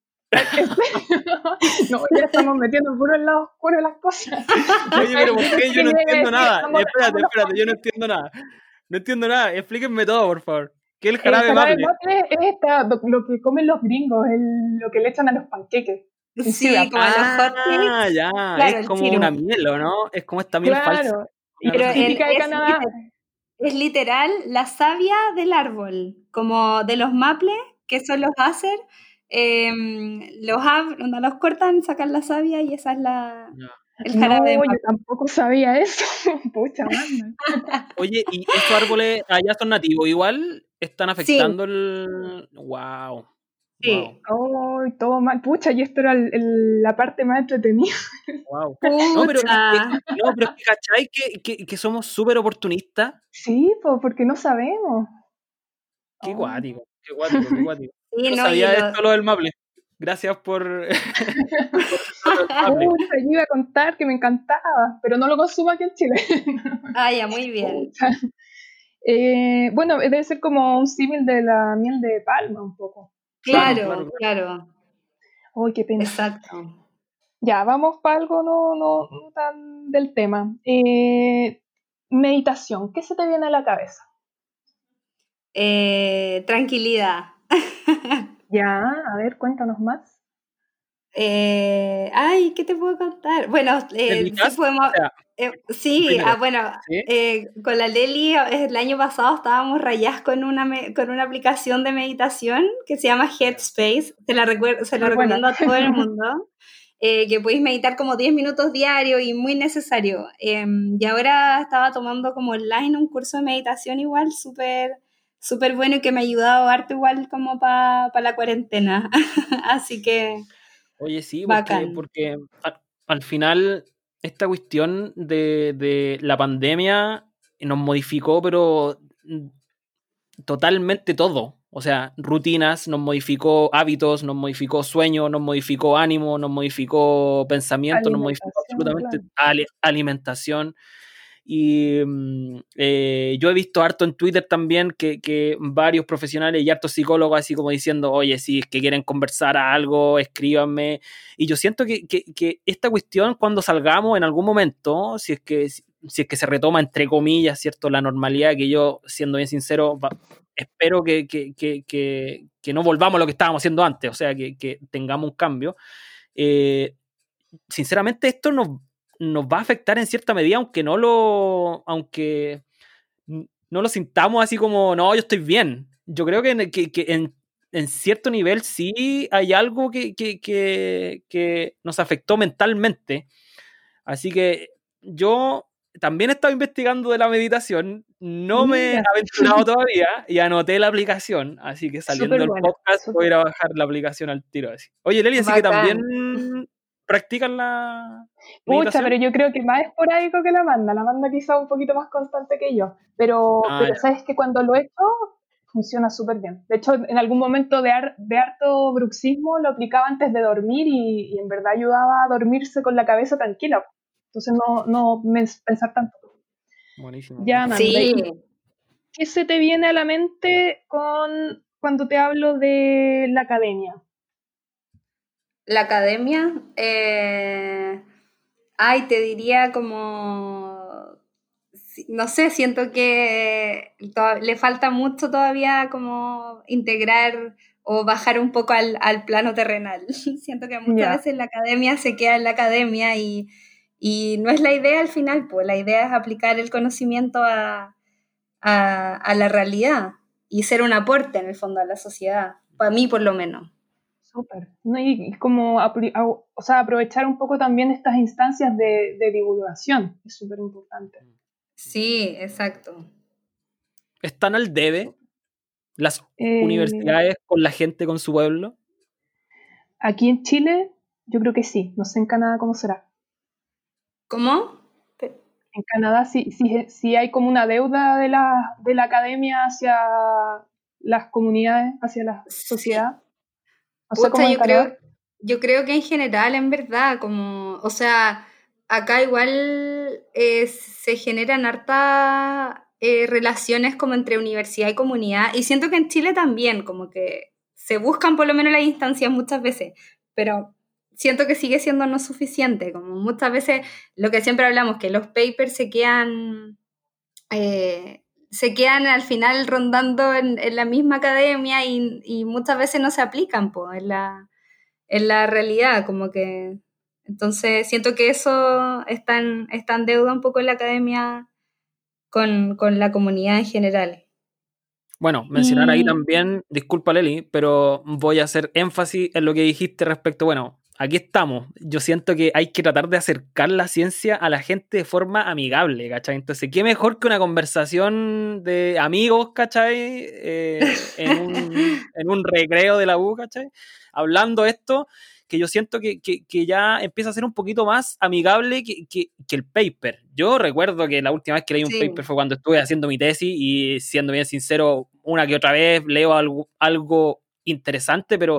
No, ya estamos metiendo puro el lado oscuro de las cosas. Oye, pero ¿por qué? Yo no entiendo nada. Espérate, Vámonos. yo no entiendo nada. No entiendo nada. Explíquenme todo, por favor. ¿Qué es el El jarabe jarabe de maple? maple es lo que comen los gringos, lo que le echan a los panqueques. El Sí, syrup. como los hotcakes. Ya. Claro, Es el como una sirope. miel, ¿o no? Es como esta miel falsa. Claro. Y Una Pero es cosa así. típica de Canadá. es literal la savia del árbol, como de los maples, que son los acer, los cortan, sacan la savia y esa es Ya. el jarabe de No, yo maple. tampoco sabía eso. Pucha, manda. Oye, ¿y esos árboles allá son nativos? Igual están Sí, afectando el. Wow. Sí. Oh, todo mal. Pucha, y esto era la parte más entretenida. Wow. Pucha. No, pero es que, ¿cachai? Que somos súper oportunistas. Sí, pues, porque no sabemos. Qué Oh. guático, qué guático, qué guático. Sí, Yo no no, y sabía esto lo del Maple. Gracias por, por contarme el Maple. Pucha, yo iba a contar que me encantaba, pero no lo consumo aquí en Chile. Ah, ya, muy bien. Pucha. Bueno, debe ser como un símil de la miel de palma, un poco. Claro, claro. Uy, qué pena. Exacto. Ya, vamos para algo no tan del tema. Meditación, ¿qué se te viene a la cabeza? Tranquilidad. Ya, a ver, cuéntanos más. Ay, ¿qué te puedo contar? Bueno, sí ¿Dedicas? podemos. O sea, Sí, primero, bueno, ¿sí? con la Leli el año pasado estábamos rayadas con una aplicación de meditación que se llama Headspace. Se la Muy buena. recomiendo a todo el mundo. Que podéis meditar como 10 minutos diarios y muy necesario. Y ahora estaba tomando como online un curso de meditación igual, súper bueno y que me ha ayudado harto igual como para la cuarentena. Así que Oye, sí, bacán. porque al final esta cuestión de la pandemia nos modificó, pero totalmente todo. O sea, rutinas, nos modificó hábitos, nos modificó sueño, nos modificó ánimo, nos modificó pensamiento, nos modificó Alimentación, absolutamente claro. alimentación. Y yo he visto harto en Twitter también que varios profesionales y hartos psicólogos así como diciendo, oye, si es que quieren conversar a algo, escríbanme. Y yo siento que esta cuestión cuando salgamos en algún momento, si es que se retoma entre comillas, ¿cierto? La normalidad, que yo, siendo bien sincero, espero que no volvamos a lo que estábamos haciendo antes, o sea, que tengamos un cambio. Sinceramente esto nos va a afectar en cierta medida, aunque no lo sintamos así como, no, yo estoy bien. Yo creo que en cierto nivel sí hay algo que nos afectó mentalmente. Así que yo también he estado investigando de la meditación, no me he Mira, aventurado todavía y anoté la aplicación, así que saliendo súper del buena, podcast voy a súper. ir a bajar la aplicación al tiro. Así. Oye, Leli, así que también Bacán. practican la Pucha, pero meditación. yo creo que más esporádico que la Amanda quizá un poquito más constante que yo, Ah, pero ya. sabes que cuando lo he hecho funciona súper bien. De hecho, en algún momento de harto bruxismo lo aplicaba antes de dormir y en verdad ayudaba a dormirse con la cabeza tranquila. Entonces no pensar tanto. Buenísimo, Ya, buenísimo. Amanda, Sí, ¿y qué se te viene a la mente cuando te hablo de la academia? la academia, ay, te diría como, no sé, siento que le falta mucho todavía como integrar o bajar un poco al plano terrenal. Siento que muchas Ya, veces la academia se queda en la academia y no es la idea al final, pues la idea es aplicar el conocimiento a la realidad y ser un aporte en el fondo a la sociedad, para mí por lo menos. súper. No, y como o sea, aprovechar un poco también estas instancias de divulgación es súper importante. Sí, exacto. ¿Están al debe las Eh, universidades con la gente, con su pueblo? Aquí en Chile, yo creo que sí. No sé en Canadá cómo será. ¿Cómo? En Canadá sí hay como una deuda de la academia hacia las comunidades, hacia la Sí, sociedad. No sé pucha, cómo en Canadá. yo creo que en general, en verdad, como, o sea, acá igual se generan hartas relaciones como entre universidad y comunidad, y siento que en Chile también, como que se buscan por lo menos las instancias muchas veces, pero siento que sigue siendo no suficiente, como muchas veces lo que siempre hablamos, que los papers se quedan al final rondando en la misma academia y muchas veces no se aplican pues, en la realidad, como que... Entonces siento que eso está en deuda un poco en la academia con la comunidad en general. Bueno, mencionar ahí Y también, disculpa Leli, pero voy a hacer énfasis en lo que dijiste respecto, bueno, aquí estamos. Yo siento que hay que tratar de acercar la ciencia a la gente de forma amigable, ¿cachai? Entonces, ¿qué mejor que una conversación de amigos, ¿cachai? En un recreo de la U, ¿cachai? Hablando esto, que yo siento que ya empieza a ser un poquito más amigable que el paper. Yo recuerdo que la última vez que leí un paper fue cuando estuve haciendo mi tesis y, siendo bien sincero, una que otra vez leo algo interesante, pero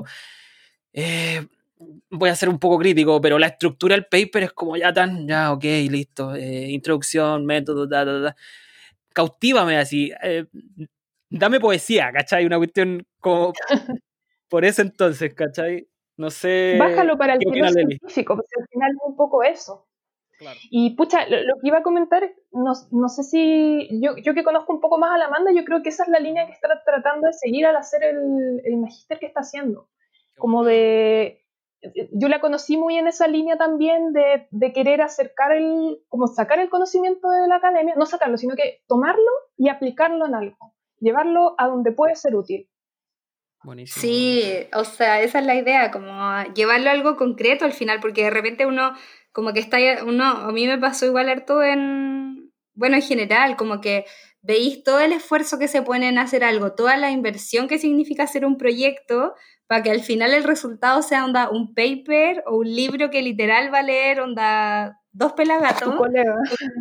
voy a ser un poco crítico, pero la estructura del paper es como ya, ok, listo, introducción, método, cautívame así, dame poesía, ¿cachai? Una cuestión como por ese entonces, ¿cachai? No sé. Bájalo para el ¿Qué que no opina es Leli? científico, porque al final es un poco eso. Claro. Y pucha, lo que iba a comentar, no sé si yo que conozco un poco más a la Amanda, yo creo que esa es la línea que está tratando de seguir al hacer el magíster que está haciendo. Como de, yo la conocí muy en esa línea también de querer como sacar el conocimiento de la academia, no sacarlo, sino que tomarlo y aplicarlo en algo, llevarlo a donde puede ser útil. Buenísimo. Sí, o sea, esa es la idea, como llevarlo a algo concreto al final, porque de repente uno, como que a mí me pasó igual harto en general, como que veis todo el esfuerzo que se pone en hacer algo, toda la inversión que significa hacer un proyecto, para que al final el resultado sea un paper o un libro que literal va a leer dos pelagatos. Tu colega.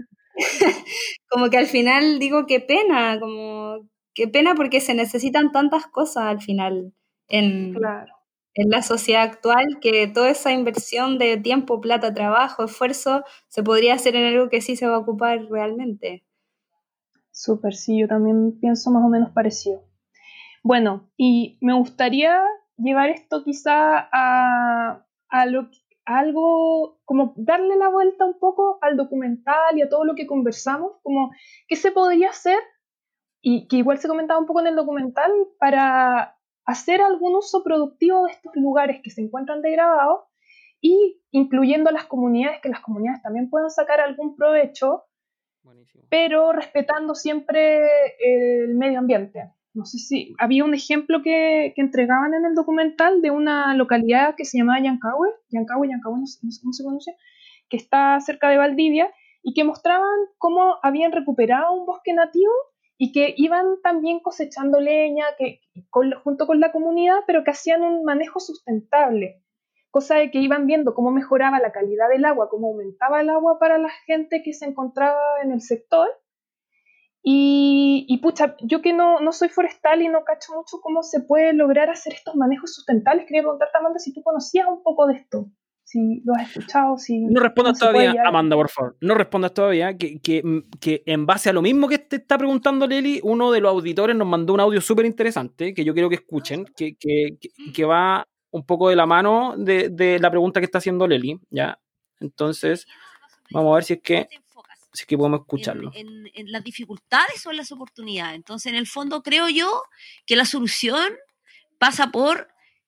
Como que al final digo, qué pena porque se necesitan tantas cosas al final Claro. en la sociedad actual, que toda esa inversión de tiempo, plata, trabajo, esfuerzo, se podría hacer en algo que sí se va a ocupar realmente. Súper, sí, yo también pienso más o menos parecido. Bueno, y me gustaría llevar esto quizá a algo, como darle la vuelta un poco al documental y a todo lo que conversamos, como qué se podría hacer, y que igual se comentaba un poco en el documental, para hacer algún uso productivo de estos lugares que se encuentran degradados y incluyendo a las comunidades, que las comunidades también puedan sacar algún provecho. Buenísimo. Pero respetando siempre el medio ambiente. No sé si había un ejemplo que entregaban en el documental de una localidad que se llamaba Yancahue, no sé cómo se pronuncia, que está cerca de Valdivia, y que mostraban cómo habían recuperado un bosque nativo y que iban también cosechando leña junto con la comunidad, pero que hacían un manejo sustentable, cosa de que iban viendo cómo mejoraba la calidad del agua, cómo aumentaba el agua para la gente que se encontraba en el sector. Y pucha, yo que no soy forestal y no cacho mucho cómo se puede lograr hacer estos manejos sustentables, quería preguntarte, Amanda, si tú conocías un poco de esto, si lo has escuchado, si... No respondas todavía, Amanda, por favor. No respondas todavía, que en base a lo mismo que te está preguntando Leli, uno de los auditores nos mandó un audio súper interesante, que yo quiero que escuchen, que va un poco de la mano de la pregunta que está haciendo Leli, ¿ya? Entonces, vamos a ver si es que podemos escucharlo. En las dificultades o en las oportunidades. Entonces, en el fondo, creo yo que la solución pasa por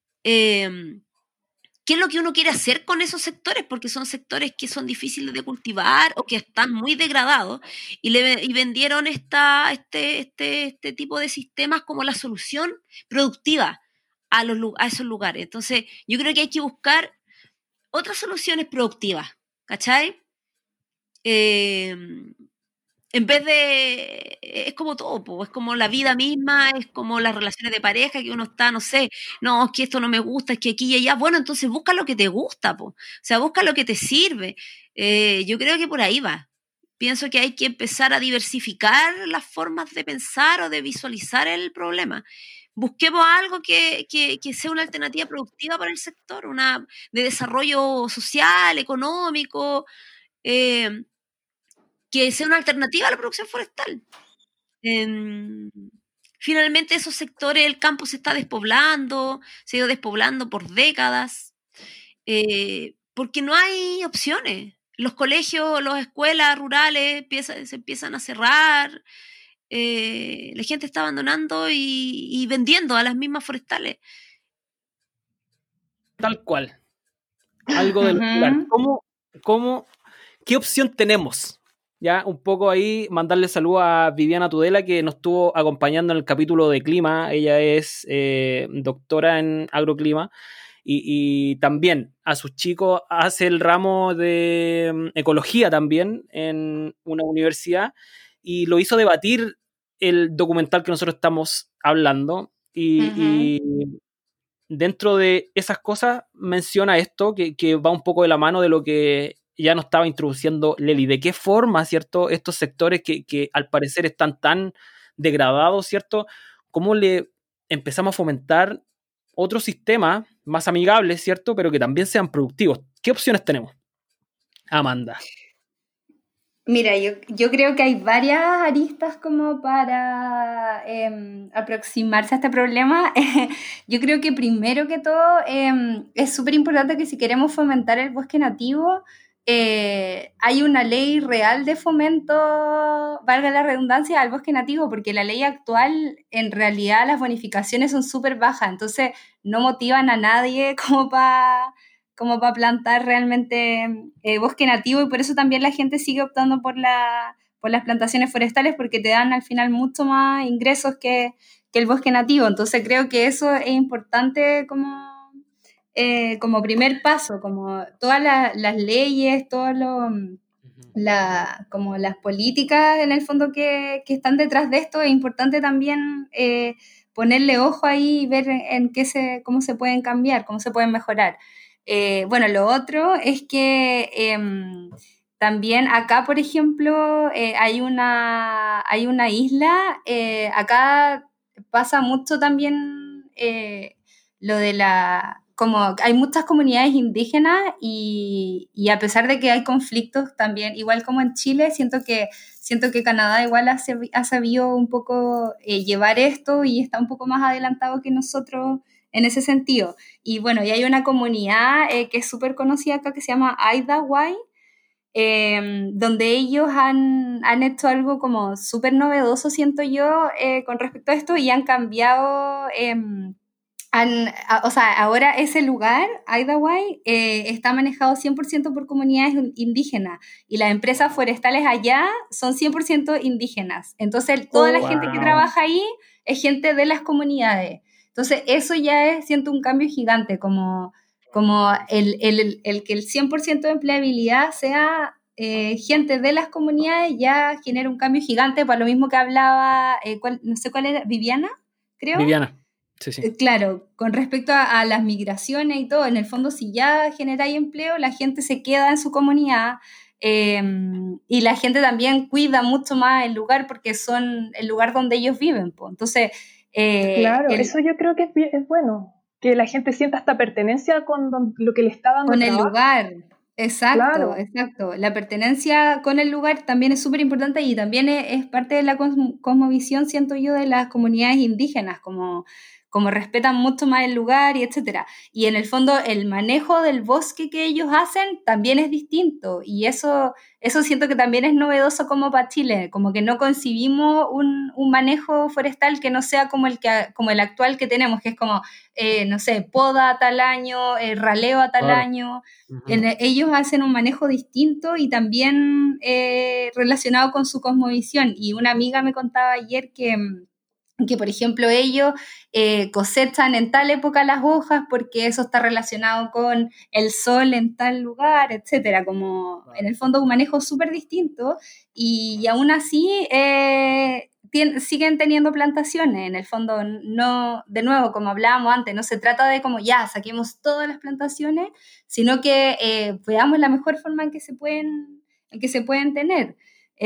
qué es lo que uno quiere hacer con esos sectores, porque son sectores que son difíciles de cultivar o que están muy degradados y vendieron este tipo de sistemas como la solución productiva a esos lugares. Entonces, yo creo que hay que buscar otras soluciones productivas, ¿cachai? En vez de, es como todo, es como la vida misma, es como las relaciones de pareja, que uno está, no sé, no, es que esto no me gusta, es que aquí y allá, bueno, entonces busca lo que te gusta, o sea, busca lo que te sirve. Yo creo que por ahí va. Pienso que hay que empezar a diversificar las formas de pensar o de visualizar el problema. Busquemos algo que sea una alternativa productiva para el sector, de desarrollo social, económico, que sea una alternativa a la producción forestal. Finalmente esos sectores, el campo se está despoblando, se ha ido despoblando por décadas, porque no hay opciones. Los colegios, las escuelas rurales se empiezan a cerrar, la gente está abandonando y vendiendo a las mismas forestales. Tal cual. Algo del lugar. ¿Qué opción tenemos? Ya, un poco ahí, mandarle saludo a Viviana Tudela, que nos estuvo acompañando en el capítulo de clima. Ella es doctora en agroclima y también a sus chicos hace el ramo de ecología también en una universidad y lo hizo debatir el documental que nosotros estamos hablando y dentro de esas cosas menciona esto que va un poco de la mano de lo que ya nos estaba introduciendo Lely. ¿De qué forma, cierto, estos sectores que al parecer están tan degradados, cierto, cómo le empezamos a fomentar otros sistemas más amigables, cierto, pero que también sean productivos? ¿Qué opciones tenemos, Amanda? Mira, yo creo que hay varias aristas como para aproximarse a este problema. Yo creo que primero que todo es súper importante que si queremos fomentar el bosque nativo, hay una ley real de fomento, valga la redundancia, al bosque nativo, porque la ley actual, en realidad las bonificaciones son súper bajas, entonces no motivan a nadie como para plantar realmente bosque nativo, y por eso también la gente sigue optando por las plantaciones forestales, porque te dan al final mucho más ingresos que el bosque nativo. Entonces creo que eso es importante como primer paso, como todas las leyes, como las políticas en el fondo que están detrás de esto. Es importante también ponerle ojo ahí y ver cómo se pueden cambiar, cómo se pueden mejorar. Bueno, lo otro es que también acá, por ejemplo, hay una isla, acá pasa mucho también lo de como hay muchas comunidades indígenas y a pesar de que hay conflictos también, igual como en Chile, siento que Canadá igual ha sabido un poco llevar esto y está un poco más adelantado que nosotros en ese sentido. Y bueno, y hay una comunidad que es súper conocida acá que se llama Aida Guay, donde ellos han hecho algo como súper novedoso, siento yo, con respecto a esto, y han cambiado, o sea, ahora ese lugar, Aida Guay, está manejado 100% por comunidades indígenas, y las empresas forestales allá son 100% indígenas. Entonces, toda la gente que trabaja ahí es gente de las comunidades. Entonces, eso ya es, siento, un cambio gigante, como el que el 100% de empleabilidad sea gente de las comunidades, ya genera un cambio gigante, para lo mismo que hablaba, no sé cuál era, Viviana, creo. Viviana, sí. Claro, con respecto a las migraciones y todo, en el fondo, si ya generáis empleo, la gente se queda en su comunidad. Y la gente también cuida mucho más el lugar porque son el lugar donde ellos viven, pues. Entonces, claro, eso yo creo que es bueno, que la gente sienta esta pertenencia con lo que le está dando con trabajo. el lugar. Exacto, Claro. exacto. La pertenencia con el lugar también es súper importante y también es parte de la cosmovisión, siento yo, de las comunidades indígenas, como respetan mucho más el lugar y etcétera. Y en el fondo el manejo del bosque que ellos hacen también es distinto, y eso siento que también es novedoso como para Chile, como que no concibimos un manejo forestal que no sea como el actual que tenemos, que es como, no sé, poda a tal año, raleo a tal año. Ellos hacen un manejo distinto y también relacionado con su cosmovisión. Y una amiga me contaba ayer que por ejemplo, ellos cosechan en tal época las hojas porque eso está relacionado con el sol en tal lugar, etcétera. Como en el fondo un manejo súper distinto, y aún así siguen teniendo plantaciones. En el fondo, no, de nuevo, como hablábamos antes, no se trata de como ya saquemos todas las plantaciones, sino que veamos la mejor forma en que se pueden tener.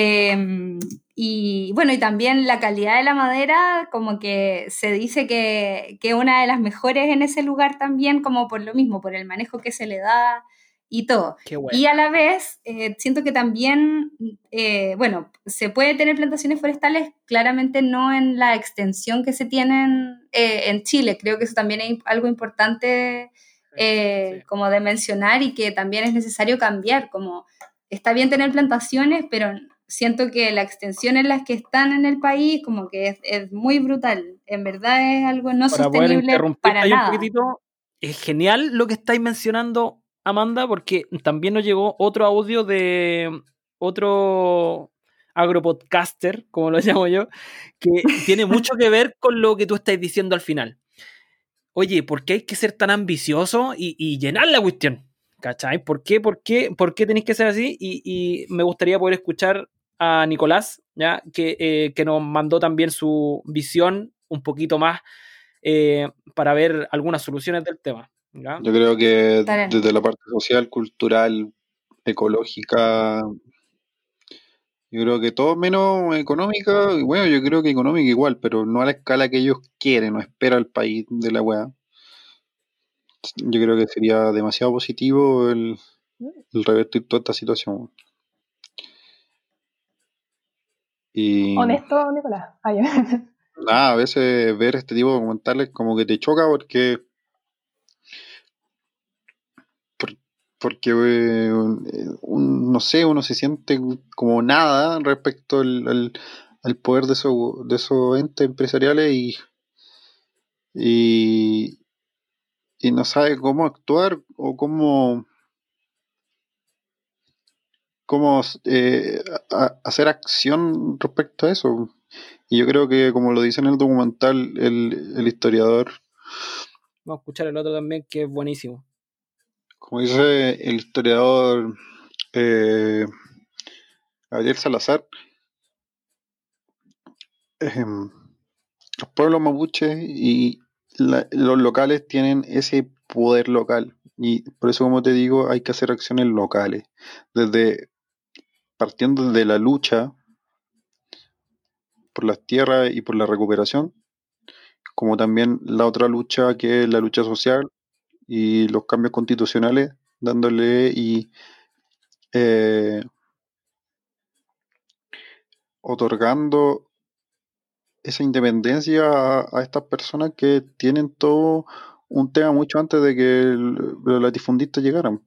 Y bueno, y también la calidad de la madera, como que se dice que es una de las mejores en ese lugar también, como por lo mismo, por el manejo que se le da y todo. Qué bueno. Y a la vez, siento que también, bueno, se puede tener plantaciones forestales, claramente no en la extensión que se tienen en Chile. Creo que eso también es algo importante Sí. como de mencionar, y que también es necesario cambiar, como está bien tener plantaciones, pero siento que la extensión en las que están en el país como que es muy brutal. En verdad es algo no Para sostenible poder interrumpirte para ahí un nada. poquitito, es genial lo que estáis mencionando, Amanda, porque también nos llegó otro audio de otro agropodcaster, como lo llamo yo, que tiene mucho que ver con lo que tú estás diciendo al final. oye, ¿por qué hay que ser tan ambicioso y llenar la cuestión? ¿Cachai? ¿Por qué tenéis que ser así? Y me gustaría poder escuchar a Nicolás, ¿ya? Que nos mandó también su visión un poquito más para ver algunas soluciones del tema, ¿ya? Yo creo que Dale. desde la parte social, cultural, ecológica, yo creo que todo menos económica, y bueno, yo creo que económica igual, pero no a la escala que ellos quieren o espera el país de la weá. Yo creo que sería demasiado positivo el revertir toda esta situación. Y Honesto, Nicolás. Ah, ya. nada, a veces ver este tipo de documentales como que te choca por- porque no sé, uno se siente como nada respecto al poder de esos entes empresariales y, y no sabe cómo actuar o cómo hacer acción respecto a eso. Y yo creo que, como lo dice en el documental, el historiador, Vamos a escuchar el otro también, que es buenísimo. como dice el historiador Gabriel Salazar, los pueblos mapuches y los locales tienen ese poder local. Y por eso, como te digo, hay que hacer acciones locales. Partiendo de la lucha por las tierras y por la recuperación, como también la otra lucha que es la lucha social y los cambios constitucionales, dándole y eh, otorgando esa independencia a estas personas que tienen todo un tema mucho antes de que los latifundistas llegaran.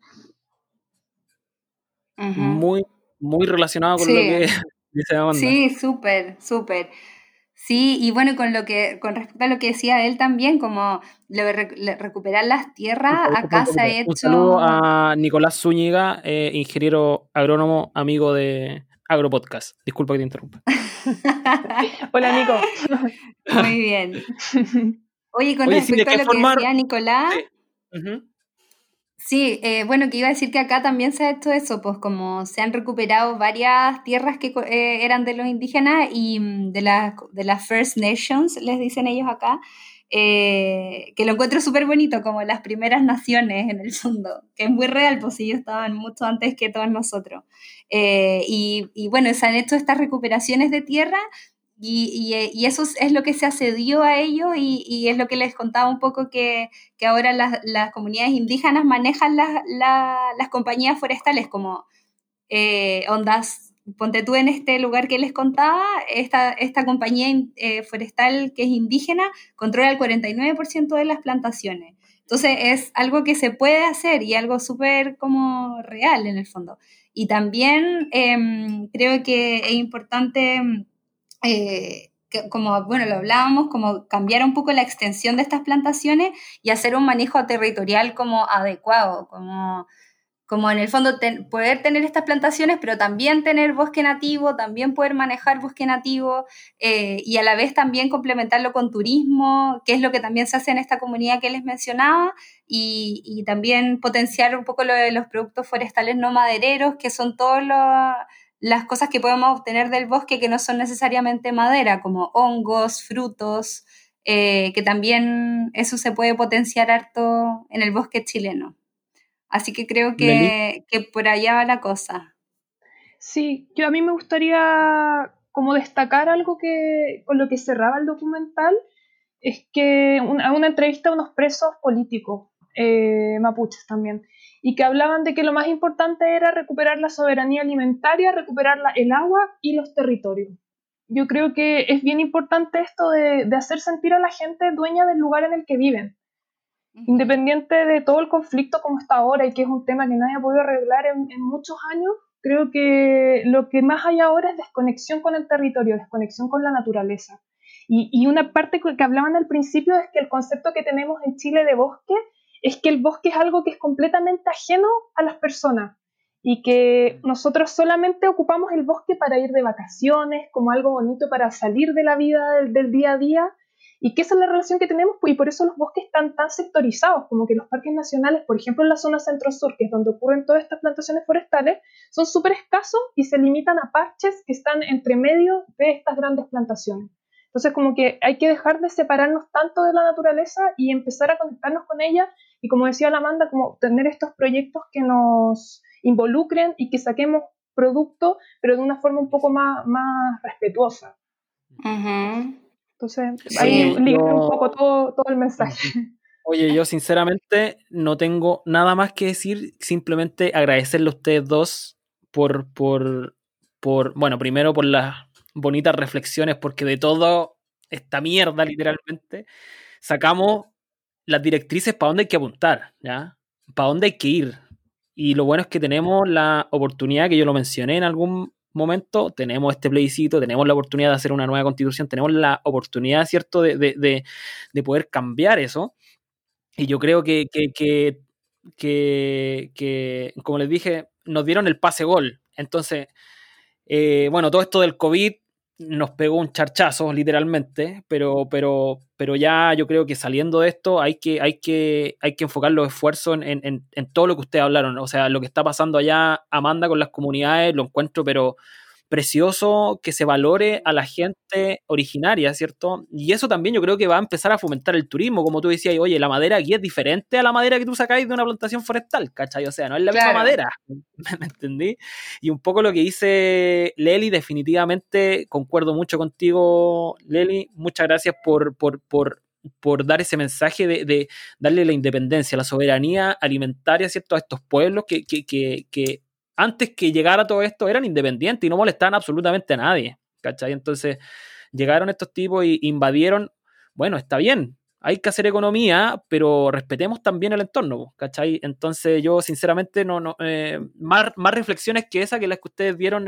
Ujú. Muy, muy relacionado con lo Sí. que dice Amanda. Sí, súper, súper. Sí, y bueno, con respecto a lo que decía él también, como recuperar las tierras, acá se ha Un saludo hecho... a Nicolás Zúñiga, ingeniero agrónomo, amigo de Agropodcast. Disculpa que te interrumpa. Hola, Nico. Muy bien. Oye, con Oye, sí, ¿de respecto a qué lo que forma? decía Nicolás, Sí. Ujú. sí, bueno, que iba a decir que acá también se ha hecho eso, pues como se han recuperado varias tierras que eran de los indígenas y de las First Nations, les dicen ellos acá, que lo encuentro súper bonito, como las primeras naciones en el fondo, que es muy real, pues ellos estaban mucho antes que todos nosotros. Y bueno, se han hecho estas recuperaciones de tierra y eso es lo que se accedió a ellos y es lo que les contaba un poco que ahora las comunidades indígenas manejan las compañías forestales como ondas. Ponte tú en este lugar que les contaba, esta compañía forestal que es indígena controla el 49% de las plantaciones. Entonces es algo que se puede hacer y algo súper como real en el fondo. Y también creo que es importante como, bueno, lo hablábamos, como cambiar un poco la extensión de estas plantaciones y hacer un manejo territorial como adecuado, como en el fondo poder tener estas plantaciones, pero también tener bosque nativo, también poder manejar bosque nativo y a la vez también complementarlo con turismo, que es lo que también se hace en esta comunidad que les mencionaba, y también potenciar un poco lo de los productos forestales no madereros, que son todas las cosas que podemos obtener del bosque que no son necesariamente madera, como hongos, frutos, que también eso se puede potenciar harto en el bosque chileno. Así que creo Leli. que por allá va la cosa. Sí, a mí me gustaría como destacar algo que con lo que cerraba el documental, es que una entrevista a unos presos políticos, mapuches también, y que hablaban de que lo más importante era recuperar la soberanía alimentaria, recuperar el agua y los territorios. Yo creo que es bien importante esto de hacer sentir a la gente dueña del lugar en el que viven, independiente de todo el conflicto como está ahora y que es un tema que nadie ha podido arreglar en muchos años. Creo que lo que más hay ahora es desconexión con el territorio, desconexión con la naturaleza. Y una parte que hablaban al principio es que el concepto que tenemos en Chile de bosque es que el bosque es algo que es completamente ajeno a las personas y que nosotros solamente ocupamos el bosque para ir de vacaciones, como algo bonito para salir de la vida del día a día, y que esa es la relación que tenemos, y por eso los bosques están tan sectorizados, como que los parques nacionales, por ejemplo en la zona centro-sur, que es donde ocurren todas estas plantaciones forestales, son súper escasos y se limitan a parches que están entre medio de estas grandes plantaciones. Entonces como que hay que dejar de separarnos tanto de la naturaleza y empezar a conectarnos con ella, y como decía la Amanda, como tener estos proyectos que nos involucren y que saquemos producto, pero de una forma un poco más respetuosa. Uh-huh. Entonces, Sí, ahí libré un poco todo el mensaje. Oye, yo sinceramente no tengo nada más que decir, simplemente agradecerle a ustedes dos por bueno, primero por las bonitas reflexiones, porque de todo esta mierda, literalmente, sacamos las directrices para dónde hay que apuntar, ¿ya? Para dónde hay que ir. Y lo bueno es que tenemos la oportunidad, que yo lo mencioné en algún momento, tenemos este plebiscito, tenemos la oportunidad de hacer una nueva constitución, tenemos la oportunidad, ¿cierto?, de poder cambiar eso. Y yo creo que como les dije, nos dieron el pase gol. Entonces, bueno, todo esto del COVID nos pegó un charchazo, literalmente, pero ya yo creo que saliendo de esto hay que enfocar los esfuerzos en todo lo que ustedes hablaron. O sea, lo que está pasando allá, Amanda, con las comunidades, lo encuentro, pero precioso, que se valore a la gente originaria, ¿cierto? Y eso también yo creo que va a empezar a fomentar el turismo, como tú decías, oye, la madera aquí es diferente a la madera que tú sacáis de una plantación forestal, ¿cachai? O sea, no es la misma madera, ¿me entendí? Y un poco lo que dice Leli, definitivamente concuerdo mucho contigo, Leli, muchas gracias por dar ese mensaje de darle la independencia, la soberanía alimentaria, ¿cierto?, a estos pueblos que antes que llegara todo esto eran independientes y no molestaban absolutamente a nadie, ¿cachai? Entonces llegaron estos tipos y invadieron. Bueno, está bien, hay que hacer economía, pero respetemos también el entorno, ¿cachai? Entonces yo sinceramente más reflexiones que esa, que las que ustedes dieron,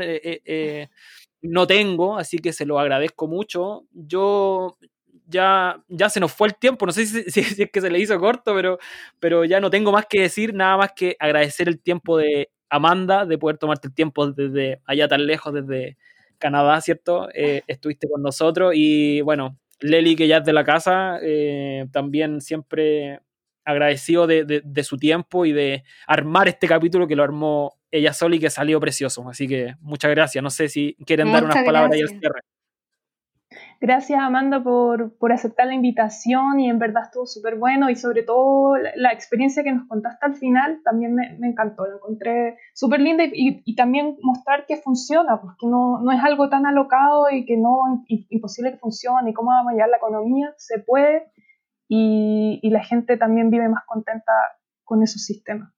no tengo, así que se lo agradezco mucho. Yo ya se nos fue el tiempo, no sé si es que se le hizo corto, pero ya no tengo más que decir, nada más que agradecer el tiempo de Amanda, de poder tomarte el tiempo desde allá tan lejos, desde Canadá, ¿cierto? Estuviste con nosotros, y bueno, Leli, que ya es de la casa, también siempre agradecido de su tiempo y de armar este capítulo, que lo armó ella sola y que salió precioso, así que muchas gracias. No sé si quieren dar unas palabras ahí al cierre. Gracias, Amanda, por aceptar la invitación, y en verdad estuvo súper bueno, y sobre todo la experiencia que nos contaste al final también me encantó, la encontré súper linda, y también mostrar que funciona, porque no es algo tan alocado y que no imposible que funcione, y cómo vamos a llevar la economía, se puede, y la gente también vive más contenta con esos sistemas.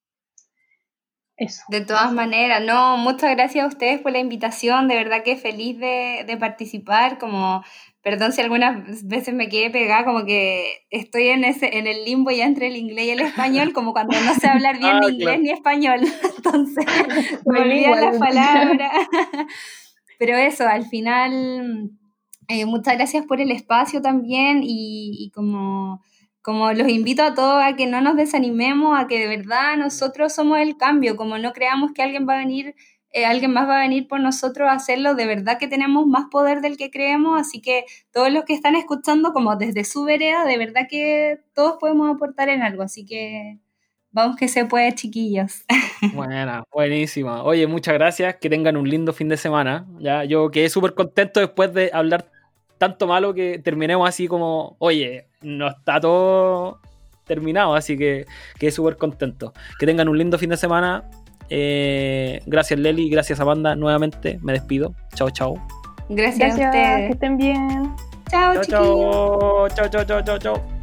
Eso. De todas maneras, no, muchas gracias a ustedes por la invitación, de verdad que feliz de participar, como, perdón si algunas veces me quedé pegada, como que estoy en el limbo ya entre el inglés y el español, como cuando no sé hablar bien ni inglés ni español, entonces me olvidan las palabras, pero eso, al final, muchas gracias por el espacio también, y como los invito a todos a que no nos desanimemos, a que de verdad nosotros somos el cambio, como no creamos que alguien más va a venir por nosotros a hacerlo, de verdad que tenemos más poder del que creemos, así que todos los que están escuchando, como desde su vereda, de verdad que todos podemos aportar en algo, así que vamos que se puede, chiquillos. Buena, buenísima. Oye, muchas gracias, que tengan un lindo fin de semana. Ya, yo quedé súper contento después de hablar tanto malo, que terminemos así como, oye, no está todo terminado, así que quedé súper contento. Que tengan un lindo fin de semana. Gracias, Leli, gracias, Amanda, nuevamente me despido. Chao, chao. Gracias a ustedes. Que estén bien. Chao, chiquillos. Chao.